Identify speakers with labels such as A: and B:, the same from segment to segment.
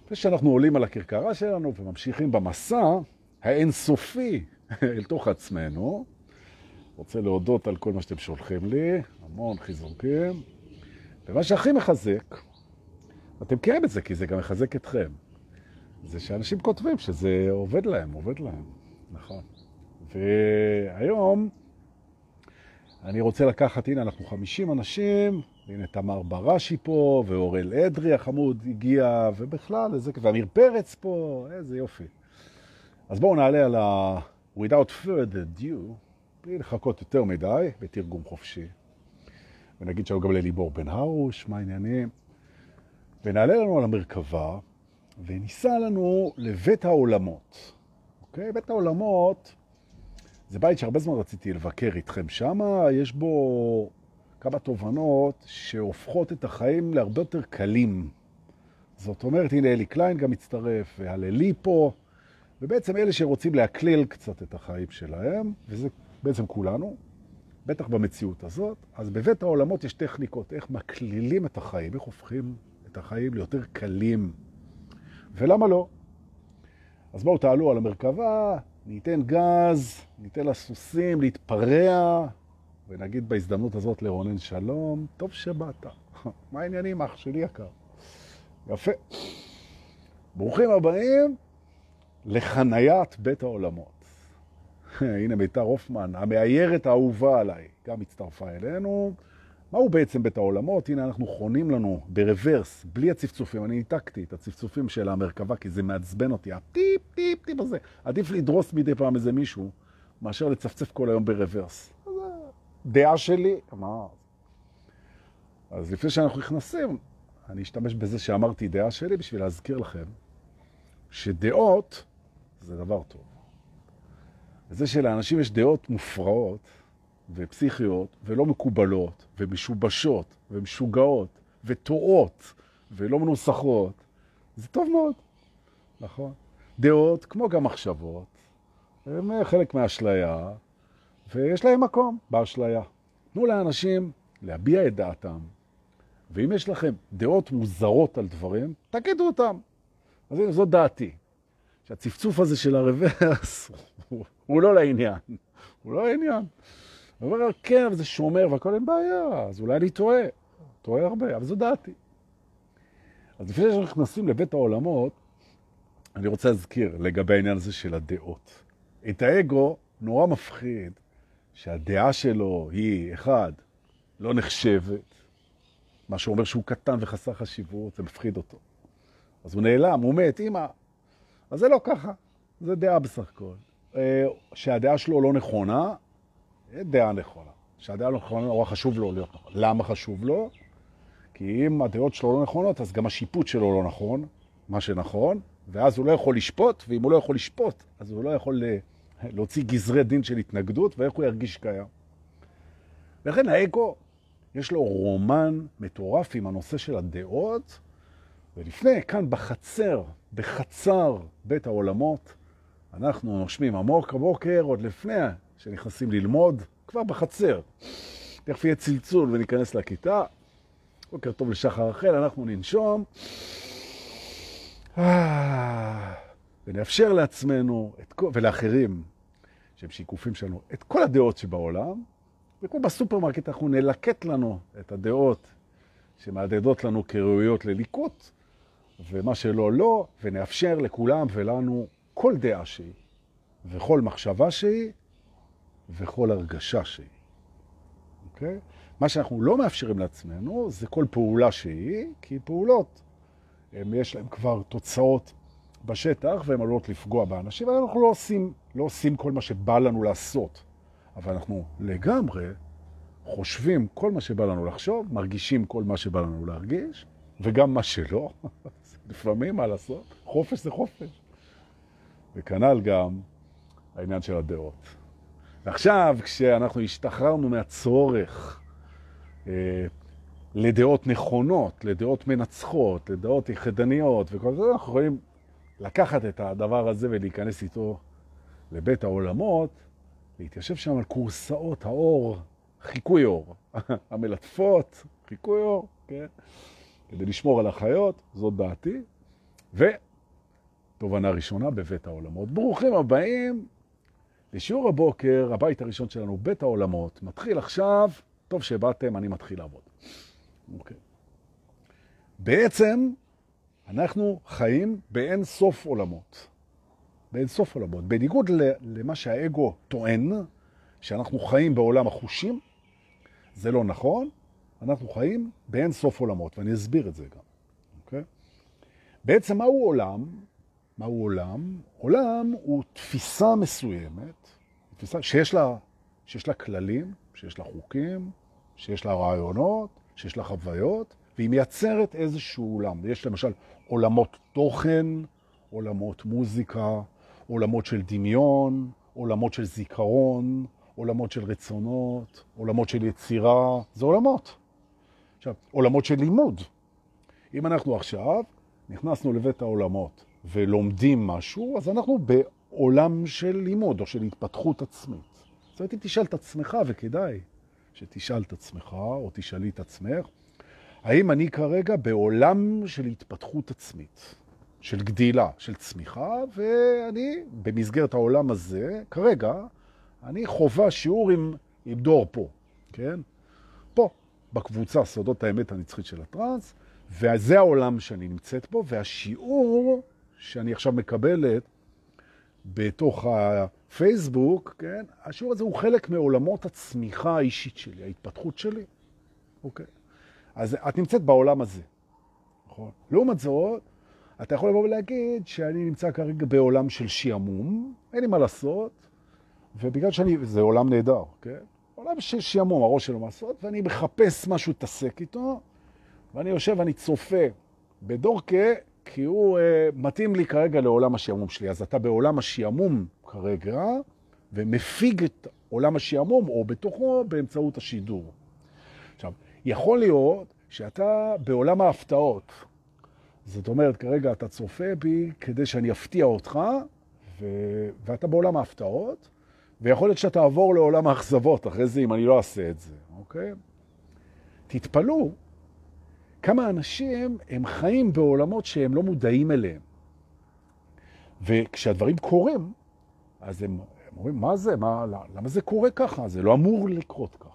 A: ושאנחנו עולים על הכרכרה שלנו וממשיכים במסע האינסופי אל תוך עצמנו. רוצה להודות על כל מה שאתם שולחים לי, המון חיזוקים. ומה שהכי מחזק, אתם מכירים את זה כי זה גם מחזק אתכם, זה שאנשים כותבים שזה עובד להם, נכון. והיום אני רוצה לקחת, הנה אנחנו 50 אנשים, הנה תמר בראשי פה, ואורל אדרי החמוד הגיע, ובכלל, ואמיר פרץ פה, איזה יופי. אז בואו נעלה על Without Further Ado, בלי לחכות יותר מדי, בתרגום חופשי. ונגיד שלנו גם לליבור בן הרוש, מה העניינים? ונעלה לנו על המרכבה, וניסע לנו לבית העולמות. אוקיי? בית העולמות זה בית שהרבה זמן רציתי לבקר איתכם שם, יש בו כמה תובנות שהופכות את החיים להרבה יותר קלים. זאת אומרת, הנה אלי קליין גם מצטרף, והללי פה, ובעצם אלה שרוצים להקליל קצת את החיים שלהם, וזה בעצם כולנו, בטח במציאות הזאת. אז בבית העולמות יש טכניקות, איך מקלילים את החיים, איך הופכים את החיים ליותר קלים. ולמה לא? אז בואו תעלו על המרכבה, ניתן גז, ניתן לסוסים להתפרע, ונגיד בהזדמנות הזאת לרונן שלום, טוב שבאת. מה העניינים, אח שלי יקר? יפה. ברוכים הבאים לחניית בית העולמות. הנה מיתר הופמן, המאיירת האהובה עליי, גם הצטרפה אלינו. מהו בעצם בית העולמות? הנה אנחנו חונים לנו ברוורס, בלי הצפצופים. אני ניתקתי את הצפצופים של המרכבה, כי זה מעצבן אותי. הטיפ, טיפ, טיפ הזה. עדיף לדרוס מדי פעם איזה מישהו, מאשר לצפצף כל היום ברוורס. דעה שלי. מה? אז לפני שאנחנו נכנסים, אני אשתמש בזה שאמרתי דעה שלי, בשביל להזכיר לכם, שדעות זה דבר טוב. וזה שלאנשים יש דעות מופרעות, ופסיכיות, ולא מקובלות, ומשובשות, ומשוגעות, וטועות, ולא מנוסחות. זה טוב מאוד, נכון? דעות, כמו גם מחשבות, הם חלק מהאשליה, ויש להם מקום באשליה. תנו לאנשים להביע את דעתם, ואם יש לכם דעות מוזרות על דברים, תגידו אותם. אז הנה, זו דעתי. שהצפצוף הזה של הרוורס, הוא לא לעניין. הוא לא לעניין. הוא אומר, כן, אבל זה שומר, והכל אין בעיה, אז אולי אני טועה הרבה, אבל זו דעתי. אז לפני שאנחנו נכנסים לבית העולמות, אני רוצה להזכיר לגבי העניין הזה של הדעות. את האגו נורא מפחיד שהדעה שלו היא, אחד, לא נחשבת, מה שאומר שהוא קטן וחסר חשיבות, זה מפחיד אותו. אז הוא נעלם, הוא מת, אמא. אז זה לא ככה, זה דעה בסך הכל. שהדעה שלו לא נכונה, דעה נכונה. שהדעה לא נכונה, נורא חשוב לו להיות נכון. למה חשוב לו? כי אם הדעות שלו לא נכונות, אז גם השיפוט שלו לא נכון, מה שנכון, ואז הוא לא יכול לשפוט, ואם הוא לא יכול לשפוט, אז הוא לא יכול להוציא גזרי דין של התנגדות, ואיך הוא ירגיש קיים. לכן האגו, יש לו רומן מטורף עם הנושא של הדעות, ולפני, כאן בחצר בית העולמות, אנחנו נושמים עמוק הבוקר, עוד לפני שנכנסים ללמוד, כבר בחצר. תכף יהיה צלצול וניכנס לכיתה. בוקר טוב לשחר החל, אנחנו ננשום. ונאפשר לעצמנו ולאחרים, שהם שיקופים שלנו, את כל הדעות שבעולם. וכמו בסופרמרקט אנחנו נלקט לנו את הדעות שמעדדות לנו כראויות לליקוט, ומה שלא לא, ונאפשר לכולם ולנו כל דעה שהיא, וכל מחשבה שהיא, וכל הרגשה שהיא. אוקיי? מה שאנחנו לא מאפשרים לעצמנו, זה כל פעולה שהיא, כי פעולות, יש להם כבר תוצאות בשטח, והן עלולות לפגוע באנשים, אבל אנחנו לא עושים כל מה שבא לנו לעשות. אבל אנחנו לגמרי חושבים כל מה שבא לנו לחשוב, מרגישים כל מה שבא לנו להרגיש, וגם מה שלא. לפעמים מה לעשות? חופש זה חופש. וכנ"ל גם העניין של הדעות. ועכשיו, כשאנחנו השתחררנו מהצורך לדעות נכונות, לדעות מנצחות, לדעות יחדניות וכל זה, אנחנו יכולים לקחת את הדבר הזה ולהיכנס איתו לבית העולמות, להתיישב שם על קורסאות האור, חיקוי אור, המלטפות, חיקוי אור, כן? כדי לשמור על החיות, זאת דעתי. ותובנה ראשונה בבית העולמות. ברוכים הבאים לשיעור הבוקר, הבית הראשון שלנו, בית העולמות. מתחיל עכשיו, טוב שבאתם, אני מתחיל לעבוד. אוקיי. בעצם אנחנו חיים באין סוף עולמות. באין סוף עולמות. בניגוד למה שהאגו טוען, שאנחנו חיים בעולם החושים, זה לא נכון. אנחנו חיים באין סוף עולמות, ואני אסביר את זה גם. אוקיי? בעצם מהו עולם? מהו עולם? עולם הוא תפיסה מסוימת, תפיסה שיש לה כללים, שיש לה חוקים, שיש לה רעיונות, שיש לה חוויות, והיא מייצרת איזשהו עולם. יש למשל עולמות תוכן, עולמות מוזיקה, עולמות של דמיון, עולמות של זיכרון, עולמות של רצונות, עולמות של יצירה, זה עולמות. עכשיו, עולמות של לימוד. אם אנחנו עכשיו נכנסנו לבית העולמות ולומדים משהו, אז אנחנו בעולם של לימוד או של התפתחות עצמית. זאת אומרת, תשאל את עצמך, וכדאי שתשאל את עצמך או תשאלי את עצמך, האם אני כרגע בעולם של התפתחות עצמית, של גדילה, של צמיחה, ואני במסגרת העולם הזה, כרגע, אני חובה שיעור עם דור פה, כן? פה, בקבוצה סודות האמת הנצחית של הטרנס, וזה העולם שאני נמצאת פה, והשיעור שאני עכשיו מקבלת בתוך הפייסבוק, כן? השיעור הזה הוא חלק מעולמות הצמיחה האישית שלי, ההתפתחות שלי, אוקיי? אז את נמצאת בעולם הזה, נכון? לעומת זאת, אתה יכול לבוא ולהגיד שאני נמצא כרגע בעולם של שיעמום, אין לי מה לעשות, ובגלל זה עולם נהדר, כן? עולם של שיעמום, הראש שלו לעשות, ואני מחפש משהו להתעסק איתו, ואני יושב ואני צופה בדורקה, כי הוא מתאים לי כרגע לעולם השיעמום שלי. אז אתה בעולם השיעמום כרגע, ומפיג את עולם השיעמום, או בתוכו, באמצעות השידור. עכשיו, יכול להיות שאתה בעולם ההפתעות. זאת אומרת, כרגע אתה צופה בי כדי שאני אפתיע אותך, ואתה בעולם ההפתעות, ויכול להיות שאתה עבור לעולם האכזבות, אחרי זה אם אני לא אעשה את זה, אוקיי? תתפלאו כמה אנשים הם חיים בעולמות שהם לא מודעים אליהם. וכשהדברים קורים, אז הם אומרים, מה זה? למה זה קורה ככה? זה לא אמור לקרות ככה.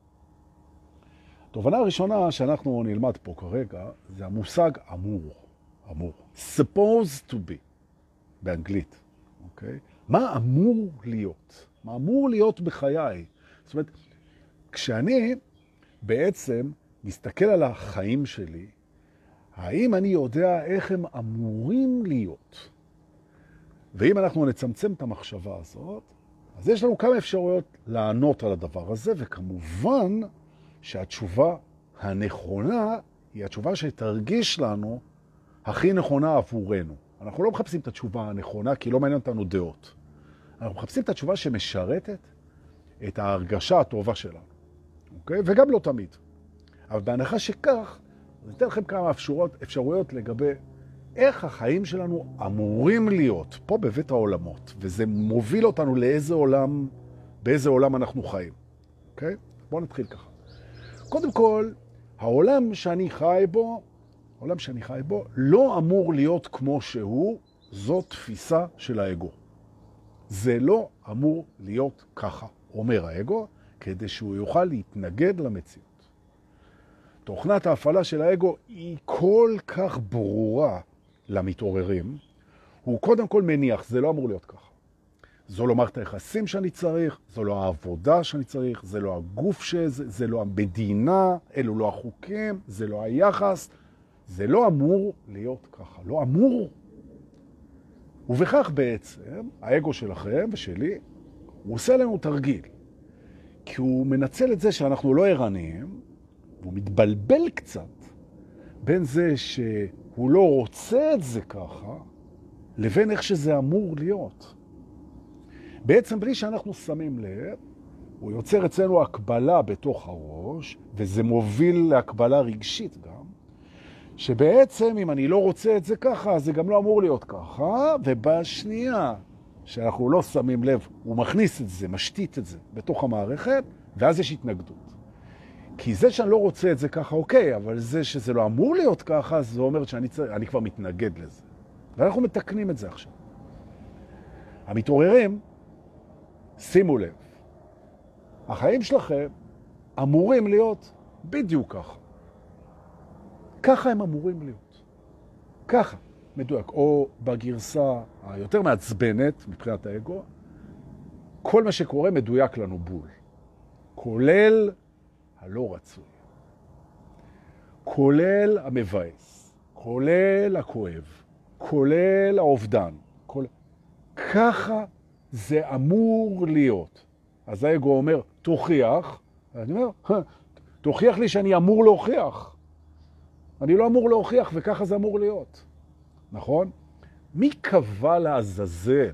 A: התובנה הראשונה שאנחנו נלמד פה כרגע, זה המושג אמור. אמור. supposed to be, באנגלית. אוקיי? מה אמור להיות? מה אמור להיות בחיי? זאת אומרת, כשאני בעצם מסתכל על החיים שלי, האם אני יודע איך הם אמורים להיות? ואם אנחנו נצמצם את המחשבה הזאת, אז יש לנו כמה אפשרויות לענות על הדבר הזה, וכמובן שהתשובה הנכונה היא התשובה שתרגיש לנו הכי נכונה עבורנו. אנחנו לא מחפשים את התשובה הנכונה, כי לא מעניין אותנו דעות. אנחנו מחפשים את התשובה שמשרתת את ההרגשה הטובה שלנו. אוקיי? וגם לא תמיד. אבל בהנחה שכך, אני אתן לכם כמה אפשרויות לגבי איך החיים שלנו אמורים להיות פה בבית העולמות, וזה מוביל אותנו לאיזה עולם, באיזה עולם אנחנו חיים. אוקיי? בואו נתחיל ככה. קודם כל, העולם שאני חי בו, לא אמור להיות כמו שהוא, זו תפיסה של האגו. זה לא אמור להיות ככה, אומר האגו, כדי שהוא יוכל להתנגד למציאות. תוכנת ההפעלה של האגו היא כל כך ברורה למתעוררים, הוא קודם כל מניח, זה לא אמור להיות ככה. זו לא מערכת היחסים שאני צריך, זו לא העבודה שאני צריך, זה לא הגוף זה לא המדינה, אלו לא החוקים, זה לא היחס, זה לא אמור להיות ככה, לא אמור. ובכך בעצם, האגו שלכם ושלי, הוא עושה לנו תרגיל. כי הוא מנצל את זה שאנחנו לא ערניים, והוא מתבלבל קצת בין זה שהוא לא רוצה את זה ככה, לבין איך שזה אמור להיות. בעצם בלי שאנחנו שמים לב, הוא יוצר אצלנו הקבלה בתוך הראש, וזה מוביל להקבלה רגשית גם, שבעצם אם אני לא רוצה את זה ככה, זה גם לא אמור להיות ככה, ובשנייה שאנחנו לא שמים לב, הוא מכניס את זה, משתית את זה בתוך המערכת, ואז יש התנגדות. כי זה שאני לא רוצה את זה ככה, אוקיי, אבל זה שזה לא אמור להיות ככה, זה אומר שאני כבר מתנגד לזה. ואנחנו מתקנים את זה עכשיו. המתעוררים, שימו לב, החיים שלכם אמורים להיות בדיוק ככה. ככה הם אמורים להיות. ככה, מדויק. או בגרסה היותר מעצבנת מבחינת האגו, כל מה שקורה מדויק לנו בול. כולל הלא רצוי. כולל המבאס. כולל הכואב. כולל האובדן. ככה זה אמור להיות. אז האגו אומר, תוכיח. אני אומר, תוכיח לי שאני אמור להוכיח. אני לא אמור להוכיח, וככה זה אמור להיות. נכון? מי קבע לעזאזל?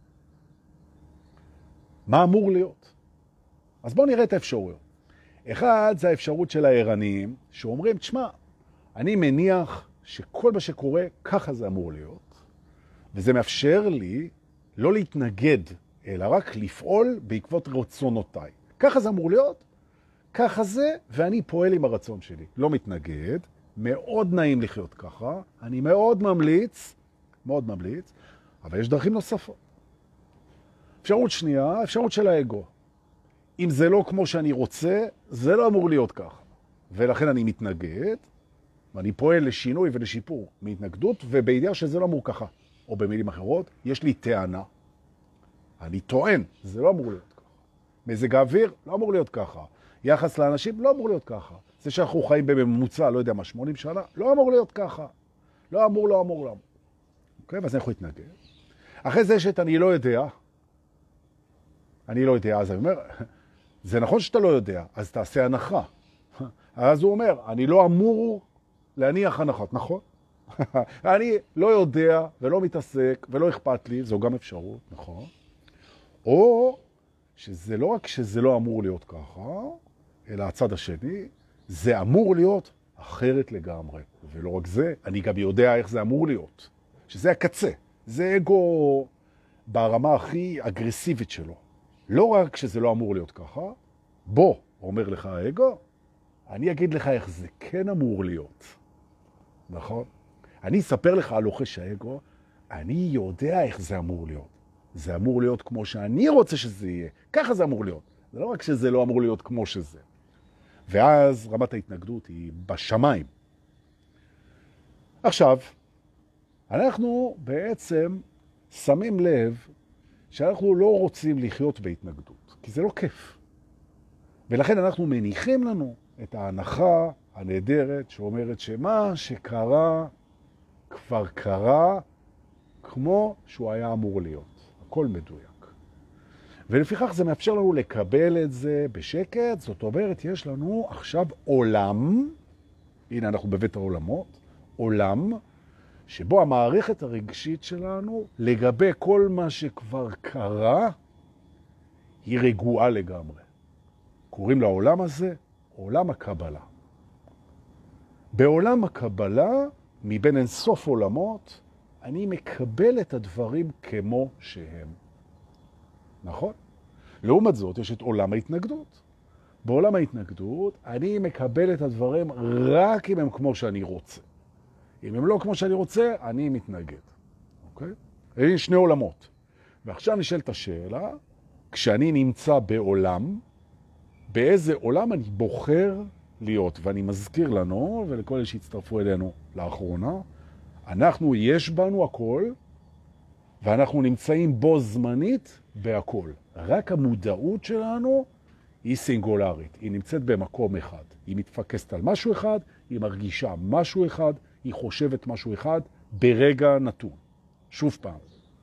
A: מה אמור להיות? אז בואו נראה את האפשרויות. אחד, זה האפשרות של הערניים, שאומרים, תשמע, אני מניח שכל מה שקורה, ככה זה אמור להיות, וזה מאפשר לי לא להתנגד, אלא רק לפעול בעקבות רצונותיי. ככה זה אמור להיות, ככה זה, ואני פועל עם הרצון שלי. לא מתנגד, מאוד נעים לחיות ככה, אני מאוד ממליץ, אבל יש דרכים נוספות. אפשרות שנייה, אפשרות של האגו. אם זה לא כמו שאני רוצה, זה לא אמור להיות ככה. ולכן אני מתנגד, ואני פועל לשינוי ולשיפור מהתנגדות, ובידיעה שזה לא אמור ככה. או במילים אחרות, יש לי טענה. אני טוען, זה לא אמור להיות ככה. מזג האוויר, לא אמור להיות ככה. יחס לאנשים, לא אמור להיות ככה. זה שאנחנו חיים בממוצע, לא יודע מה, 80 שנה, לא אמור להיות ככה. לא אמור. אוקיי? ואז אנחנו נתנגד. אחרי זה שאת אני לא יודע, אז אני אומר, זה נכון שאתה לא יודע, אז תעשה הנחה. אז הוא אומר, אני לא אמור להניח הנחת, נכון? אני לא יודע ולא מתעסק ולא אכפת לי, זו גם אפשרות, נכון? או שזה לא רק שזה לא אמור להיות ככה, אלא הצד השני, זה אמור להיות אחרת לגמרי. ולא רק זה, אני גם יודע איך זה אמור להיות. שזה הקצה. זה אגו ברמה הכי אגרסיבית שלו. לא רק שזה לא אמור להיות ככה, בוא, אומר לך האגו, אני אגיד לך איך זה כן אמור להיות. נכון? אני אספר לך על לוחש האגו, אני יודע איך זה אמור להיות. זה אמור להיות כמו שאני רוצה שזה יהיה. ככה זה אמור להיות. זה לא רק שזה לא אמור להיות כמו שזה. ואז רמת ההתנגדות היא בשמיים. עכשיו, אנחנו בעצם שמים לב שאנחנו לא רוצים לחיות בהתנגדות, כי זה לא כיף. ולכן אנחנו מניחים לנו את ההנחה הנהדרת שאומרת שמה שקרה כבר קרה כמו שהוא היה אמור להיות. הכל מדויק. ולפיכך זה מאפשר לנו לקבל את זה בשקט. זאת אומרת, יש לנו עכשיו עולם, הנה אנחנו בבית העולמות, עולם שבו המערכת הרגשית שלנו לגבי כל מה שכבר קרה היא רגועה לגמרי. קוראים לעולם הזה עולם הקבלה. בעולם הקבלה, מבין אינסוף עולמות, אני מקבל את הדברים כמו שהם. נכון? לעומת זאת, יש את עולם ההתנגדות. בעולם ההתנגדות, אני מקבל את הדברים רק אם הם כמו שאני רוצה. אם הם לא כמו שאני רוצה, אני מתנגד. אוקיי? אלה שני עולמות. ועכשיו נשאלת השאלה, כשאני נמצא בעולם, באיזה עולם אני בוחר להיות? ואני מזכיר לנו, ולכל אלה שהצטרפו אלינו לאחרונה, אנחנו, יש בנו הכל, ואנחנו נמצאים בו זמנית בהכל. רק המודעות שלנו היא סינגולרית. היא נמצאת במקום אחד. היא מתפקסת על משהו אחד, היא מרגישה משהו אחד, היא חושבת משהו אחד ברגע נתון. שוב פעם.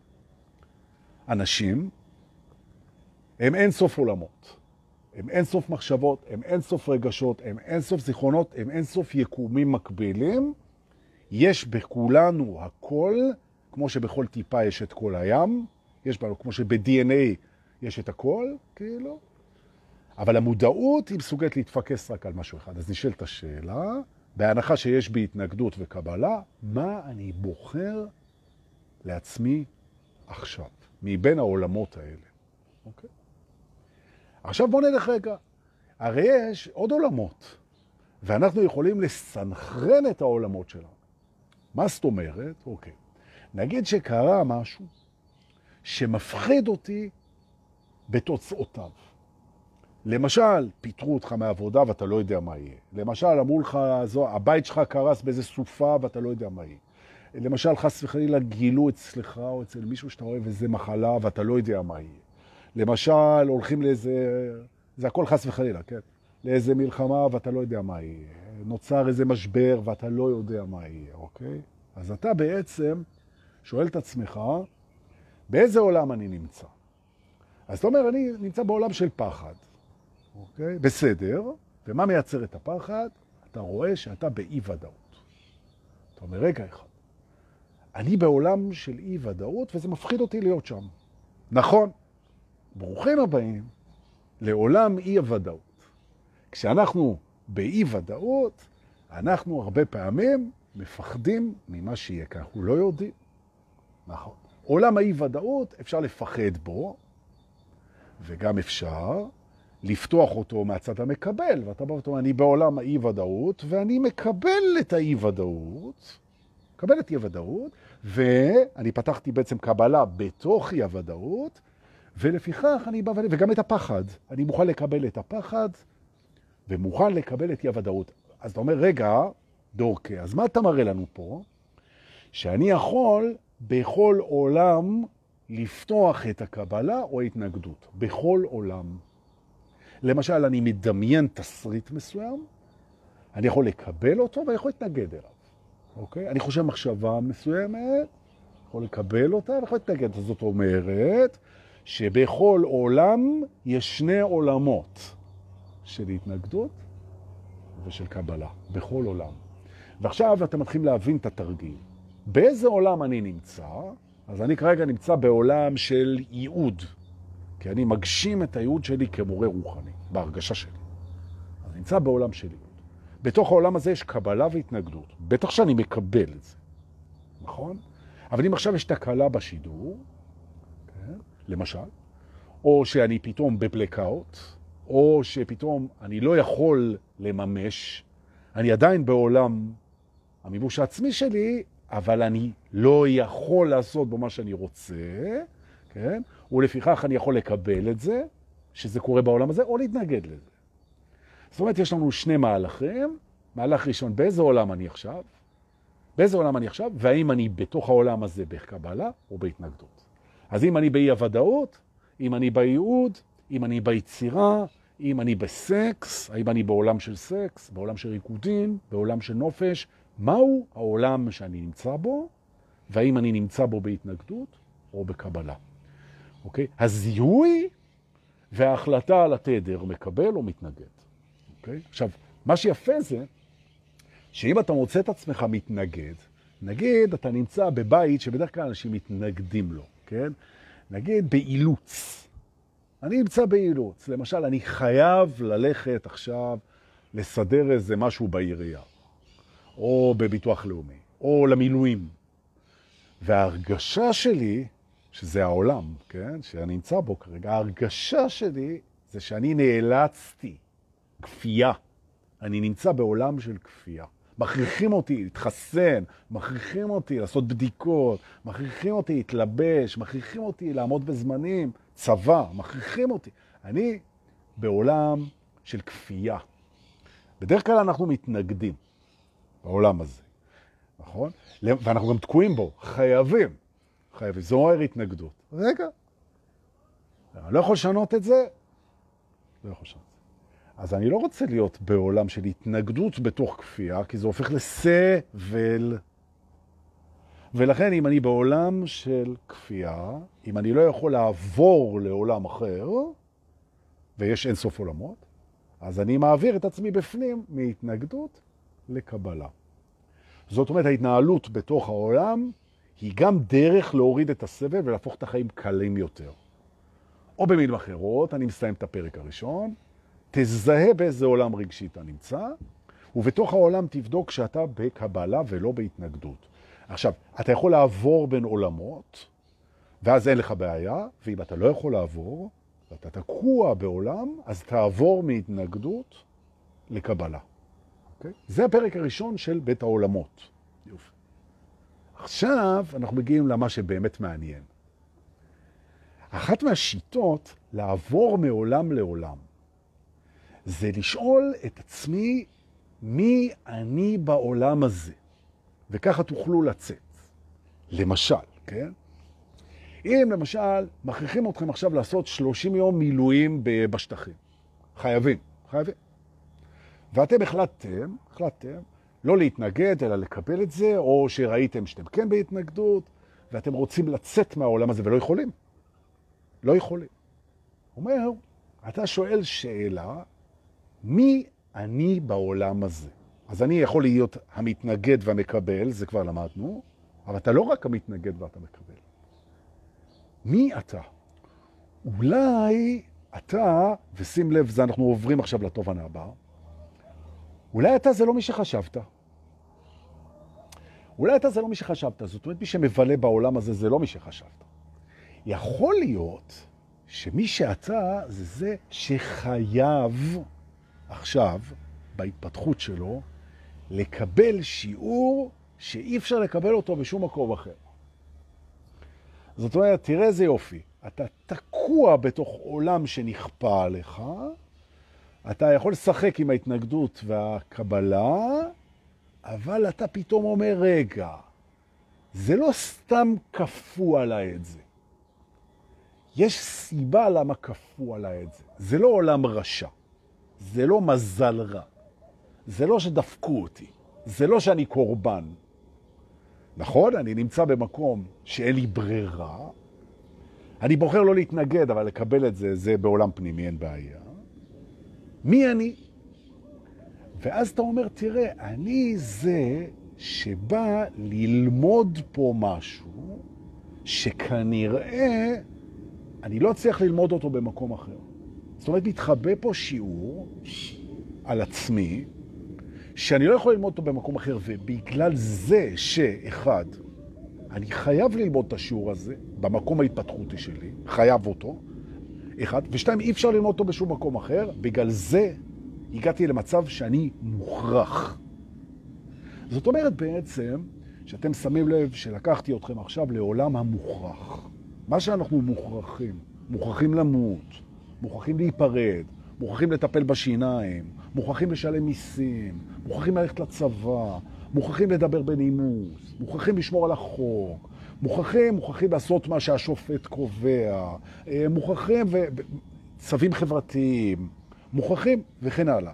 A: אנשים הם אין סוף עולמות. הם אין סוף מחשבות, הם אין סוף רגשות, הם אין סוף זיכרונות, הם אין סוף יקומים מקבילים. יש בכולנו הכל, כמו שבכל טיפה יש את כל הים, יש בנו, כמו שב-DNA יש את הכל, כאילו. אבל המודעות היא מסוגלת להתפקס רק על משהו אחד. אז נשאלת השאלה, בהנחה שיש בי התנגדות וקבלה, מה אני בוחר לעצמי עכשיו, מבין העולמות האלה. אוקיי? עכשיו בוא נלך רגע. הרי יש עוד עולמות, ואנחנו יכולים לסנכרן את העולמות שלנו. מה זאת אומרת? אוקיי. נגיד שקרה משהו שמפחיד אותי בתוצאותיו. למשל, פיטרו אותך מהעבודה ואתה לא יודע מה יהיה. למשל, אמרו לך, הבית שלך קרס באיזה סופה ואתה לא יודע מה יהיה. למשל, חס וחלילה גילו אצלך או אצל מישהו שאתה רואה וזה מחלה ואתה לא יודע מה יהיה. למשל, הולכים לאיזה, זה הכל חס וחלילה, כן? לאיזה מלחמה ואתה לא יודע מה יהיה. נוצר איזה משבר ואתה לא יודע מה יהיה, אוקיי? אז אתה בעצם שואל את עצמך, באיזה עולם אני נמצא? אז אתה אומר, אני נמצא בעולם של פחד, אוקיי? בסדר, ומה מייצר את הפחד? אתה רואה שאתה באי-ודאות. אתה אומר, רגע אחד, אני בעולם של אי-ודאות וזה מפחיד אותי להיות שם. נכון, ברוכים הבאים לעולם אי-ודאות. כשאנחנו באי-ודאות, אנחנו הרבה פעמים מפחדים ממה שיהיה, כי אנחנו לא יודעים. נכון. עולם האי-ודאות אפשר לפחד בו, וגם אפשר לפתוח אותו מהצד המקבל. ואתה בא ואתה אומר, אני בעולם האי-ודאות, ואני מקבל את האי-ודאות, מקבל את אי-ודאות, ואני פתחתי בעצם קבלה בתוך אי-ודאות, ולפיכך אני בא וגם את הפחד. אני מוכן לקבל את הפחד, ומוכן לקבל את אי-ודאות. אז אתה אומר, רגע, דורקה, אז מה אתה מראה לנו פה? שאני יכול בכל עולם לפתוח את הקבלה או ההתנגדות. בכל עולם. למשל, אני מדמיין תסריט מסוים, אני יכול לקבל אותו ואני יכול להתנגד אליו. אוקיי? אני חושב מחשבה מסוימת, יכול לקבל אותה ויכול להתנגד. זאת אומרת שבכל עולם יש שני עולמות של התנגדות ושל קבלה. בכל עולם. ועכשיו אתם מתחילים להבין את התרגיל. באיזה עולם אני נמצא? אז אני כרגע נמצא בעולם של ייעוד. כי אני מגשים את הייעוד שלי כמורה רוחני, בהרגשה שלי. אני נמצא בעולם של ייעוד. בתוך העולם הזה יש קבלה והתנגדות. בטח שאני מקבל את זה. נכון? אבל אם עכשיו יש תקלה בשידור, כן? למשל, או שאני פתאום בבלקאוט, או שפתאום אני לא יכול לממש, אני עדיין בעולם המימוש העצמי שלי, אבל אני לא יכול לעשות בו מה שאני רוצה, כן? ולפיכך אני יכול לקבל את זה, שזה קורה בעולם הזה, או להתנגד לזה. זאת אומרת, יש לנו שני מהלכים. מהלך ראשון, באיזה עולם אני עכשיו? באיזה עולם אני עכשיו? והאם אני בתוך העולם הזה בקבלה או בהתנגדות? אז אם אני באי-הוודאות, אם אני בייעוד, אם אני ביצירה, אם אני בסקס, האם אני בעולם של סקס, בעולם של ריקודים, בעולם של נופש, מהו העולם שאני נמצא בו, והאם אני נמצא בו בהתנגדות או בקבלה. אוקיי? הזיהוי וההחלטה על התדר, מקבל או מתנגד. אוקיי? עכשיו, מה שיפה זה, שאם אתה מוצא את עצמך מתנגד, נגיד אתה נמצא בבית שבדרך כלל אנשים מתנגדים לו, כן? נגיד באילוץ. אני נמצא באילוץ. למשל, אני חייב ללכת עכשיו לסדר איזה משהו בעירייה, או בביטוח לאומי, או למילואים. וההרגשה שלי, שזה העולם, כן? שאני נמצא בו כרגע, ההרגשה שלי זה שאני נאלצתי, כפייה. אני נמצא בעולם של כפייה. מכריחים אותי להתחסן, מכריחים אותי לעשות בדיקות, מכריחים אותי להתלבש, מכריחים אותי לעמוד בזמנים, צבא, מכריחים אותי. אני בעולם של כפייה. בדרך כלל אנחנו מתנגדים בעולם הזה, נכון? ואנחנו גם תקועים בו, חייבים. זו אומר התנגדות. רגע, אני לא יכול לשנות את זה? לא יכול לשנות. אז אני לא רוצה להיות בעולם של התנגדות בתוך כפייה, כי זה הופך לסבל. ולכן אם אני בעולם של כפייה, אם אני לא יכול לעבור לעולם אחר, ויש אין סוף עולמות, אז אני מעביר את עצמי בפנים מהתנגדות לקבלה. זאת אומרת, ההתנהלות בתוך העולם היא גם דרך להוריד את הסבל ולהפוך את החיים קלים יותר. או במילים אחרות, אני מסיים את הפרק הראשון, תזהה באיזה עולם רגשי אתה נמצא, ובתוך העולם תבדוק שאתה בקבלה ולא בהתנגדות. עכשיו, אתה יכול לעבור בין עולמות, ואז אין לך בעיה, ואם אתה לא יכול לעבור, ואתה תקוע בעולם, אז תעבור מהתנגדות לקבלה. Okay? זה הפרק הראשון של בית העולמות. יופי. עכשיו אנחנו מגיעים למה שבאמת מעניין. אחת מהשיטות לעבור מעולם לעולם, זה לשאול את עצמי מי אני בעולם הזה, וככה תוכלו לצאת. למשל, כן? אם למשל מכריחים אתכם עכשיו לעשות 30 יום מילואים בשטחים, חייבים. ואתם החלטתם לא להתנגד, אלא לקבל את זה, או שראיתם שאתם כן בהתנגדות, ואתם רוצים לצאת מהעולם הזה ולא יכולים. לא יכולים. אומר, אתה שואל שאלה, מי אני בעולם הזה? אז אני יכול להיות המתנגד והמקבל, זה כבר למדנו, אבל אתה לא רק המתנגד ואתה מקבל. מי אתה? אולי אתה, ושים לב, זה אנחנו עוברים עכשיו לתובנה הבאה, אולי אתה זה לא מי שחשבת. זאת אומרת, מי שמבלה בעולם הזה זה לא מי שחשבת. יכול להיות שמי שאתה זה שחייב עכשיו, בהתפתחות שלו, לקבל שיעור שאי אפשר לקבל אותו בשום מקום אחר. זאת אומרת, תראה איזה יופי. אתה תקוע בתוך עולם שנכפה עליך, אתה יכול לשחק עם ההתנגדות והקבלה, אבל אתה פתאום אומר, רגע, זה לא סתם כפו עליי את זה. יש סיבה למה כפו עליי את זה. זה לא עולם רשע. זה לא מזל רע. זה לא שדפקו אותי. זה לא שאני קורבן. נכון? אני נמצא במקום שאין לי ברירה. אני בוחר לא להתנגד, אבל לקבל את זה, זה בעולם פנימי, אין בעיה. מי אני? ואז אתה אומר, תראה, אני זה שבא ללמוד פה משהו שכנראה אני לא צריך ללמוד אותו במקום אחר. זאת אומרת, מתחבא פה שיעור על עצמי, שאני לא יכול ללמוד אותו במקום אחר, ובגלל זה שאחד, אני חייב ללמוד את השיעור הזה במקום ההתפתחותי שלי, חייב אותו, אחד, ושתיים, אי אפשר ללמוד אותו בשום מקום אחר, בגלל זה הגעתי למצב שאני מוכרח. זאת אומרת בעצם, שאתם שמים לב שלקחתי אתכם עכשיו לעולם המוכרח. מה שאנחנו מוכרחים למות, מוכרחים להיפרד, מוכרחים לטפל בשיניים, מוכרחים לשלם מיסים, מוכרחים ללכת לצבא, מוכרחים לדבר בנימוס, מוכרחים לשמור על החוק, מוכרחים לעשות מה שהשופט קובע, מוכרחים צווים חברתיים, מוכרחים וכן הלאה.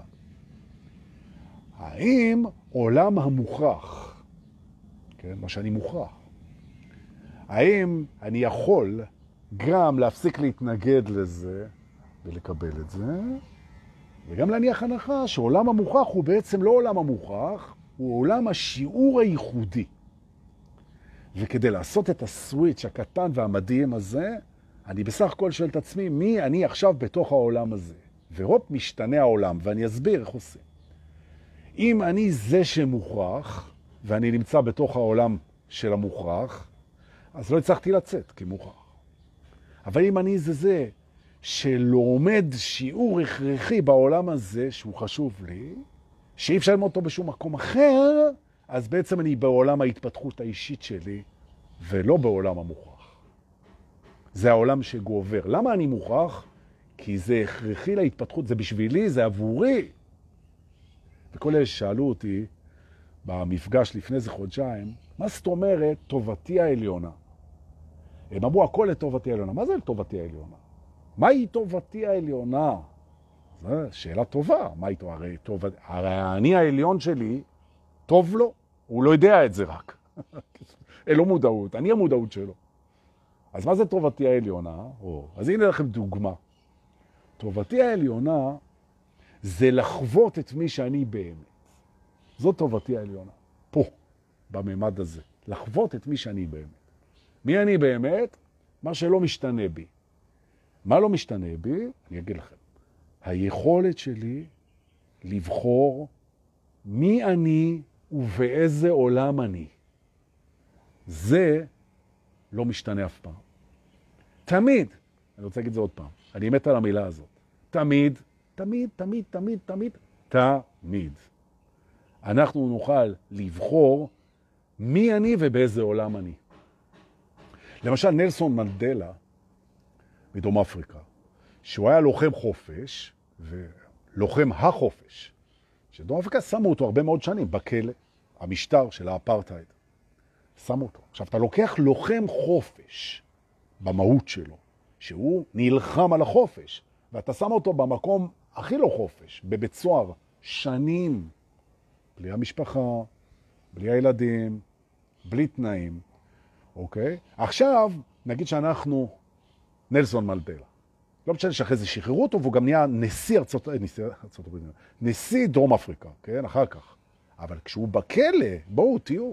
A: האם עולם המוכרח, כן, מה שאני מוכרח, האם אני יכול גם להפסיק להתנגד לזה ולקבל את זה, וגם להניח הנחה שעולם המוכרח הוא בעצם לא עולם המוכרח, הוא עולם השיעור הייחודי. וכדי לעשות את הסוויץ' הקטן והמדהים הזה, אני בסך הכל שואל את עצמי, מי אני עכשיו בתוך העולם הזה? ורוב משתנה העולם, ואני אסביר איך עושה. אם אני זה שמוכרח, ואני נמצא בתוך העולם של המוכרח, אז לא הצלחתי לצאת כמוכרח. אבל אם אני זה שלומד שיעור הכרחי בעולם הזה, שהוא חשוב לי, שאי אפשר ללמוד אותו בשום מקום אחר, אז בעצם אני בעולם ההתפתחות האישית שלי, ולא בעולם המוכרח. זה העולם שגובר. למה אני מוכרח? כי זה הכרחי להתפתחות, זה בשבילי, זה עבורי. וכל אלה שאלו אותי במפגש לפני איזה חודשיים, מה זאת אומרת טובתי העליונה? הם אמרו, הכל לטובתי העליונה. מה זה לטובתי העליונה? מהי טובתי העליונה? זו שאלה טובה. מה איתו? הרי אני העליון שלי, טוב לו, הוא לא יודע את זה רק. אין לו מודעות, אני המודעות שלו. אז מה זה טובתי העליונה? אז הנה לכם דוגמה. טובתי העליונה זה לחוות את מי שאני באמת. זו טובתי העליונה. פה, בממד הזה. לחוות את מי שאני באמת. מי אני באמת? מה שלא משתנה בי. מה לא משתנה בי? אני אגיד לכם. היכולת שלי לבחור מי אני ובאיזה עולם אני. זה לא משתנה אף פעם. תמיד, אני רוצה להגיד זה עוד פעם, אני מת על המילה הזאת. תמיד, תמיד, תמיד, תמיד, תמיד, תמיד. אנחנו נוכל לבחור מי אני ובאיזה עולם אני. למשל, נלסון מנדלה, מדרום אפריקה, שהוא היה לוחם חופש, ולוחם החופש, שדרום אפריקה שמו אותו הרבה מאוד שנים בכלא, המשטר של האפרטהייד. שמו אותו. עכשיו, אתה לוקח לוחם חופש במהות שלו, שהוא נלחם על החופש, ואתה שם אותו במקום הכי לא חופש, בבית סוהר, שנים, בלי המשפחה, בלי הילדים, בלי תנאים, אוקיי? עכשיו, נגיד שאנחנו נלסון מנדלה. לא משנה שאחרי זה שחררו אותו, והוא גם נהיה נשיא דרום אפריקה, כן? אחר כך. אבל כשהוא בכלא, בואו תהיו.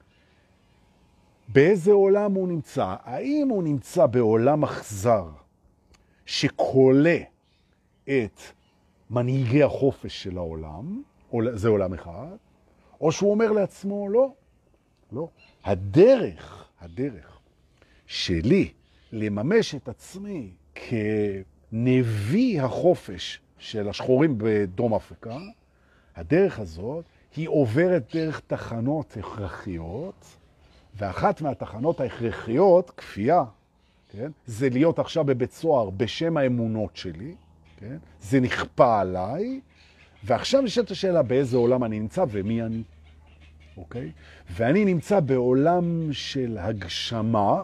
A: באיזה עולם הוא נמצא? האם הוא נמצא בעולם אכזר שקולה את מנהיגי החופש של העולם, זה עולם אחד, או שהוא אומר לעצמו, לא, לא. הדרך שלי לממש את עצמי כנביא החופש של השחורים בדרום אפריקה, הדרך הזאת היא עוברת דרך תחנות הכרחיות, ואחת מהתחנות ההכרחיות, כפייה, כן? זה להיות עכשיו בבית סוהר בשם האמונות שלי, כן? זה נכפה עליי, ועכשיו נשאלת השאלה באיזה עולם אני נמצא ומי אני, אוקיי? ואני נמצא בעולם של הגשמה,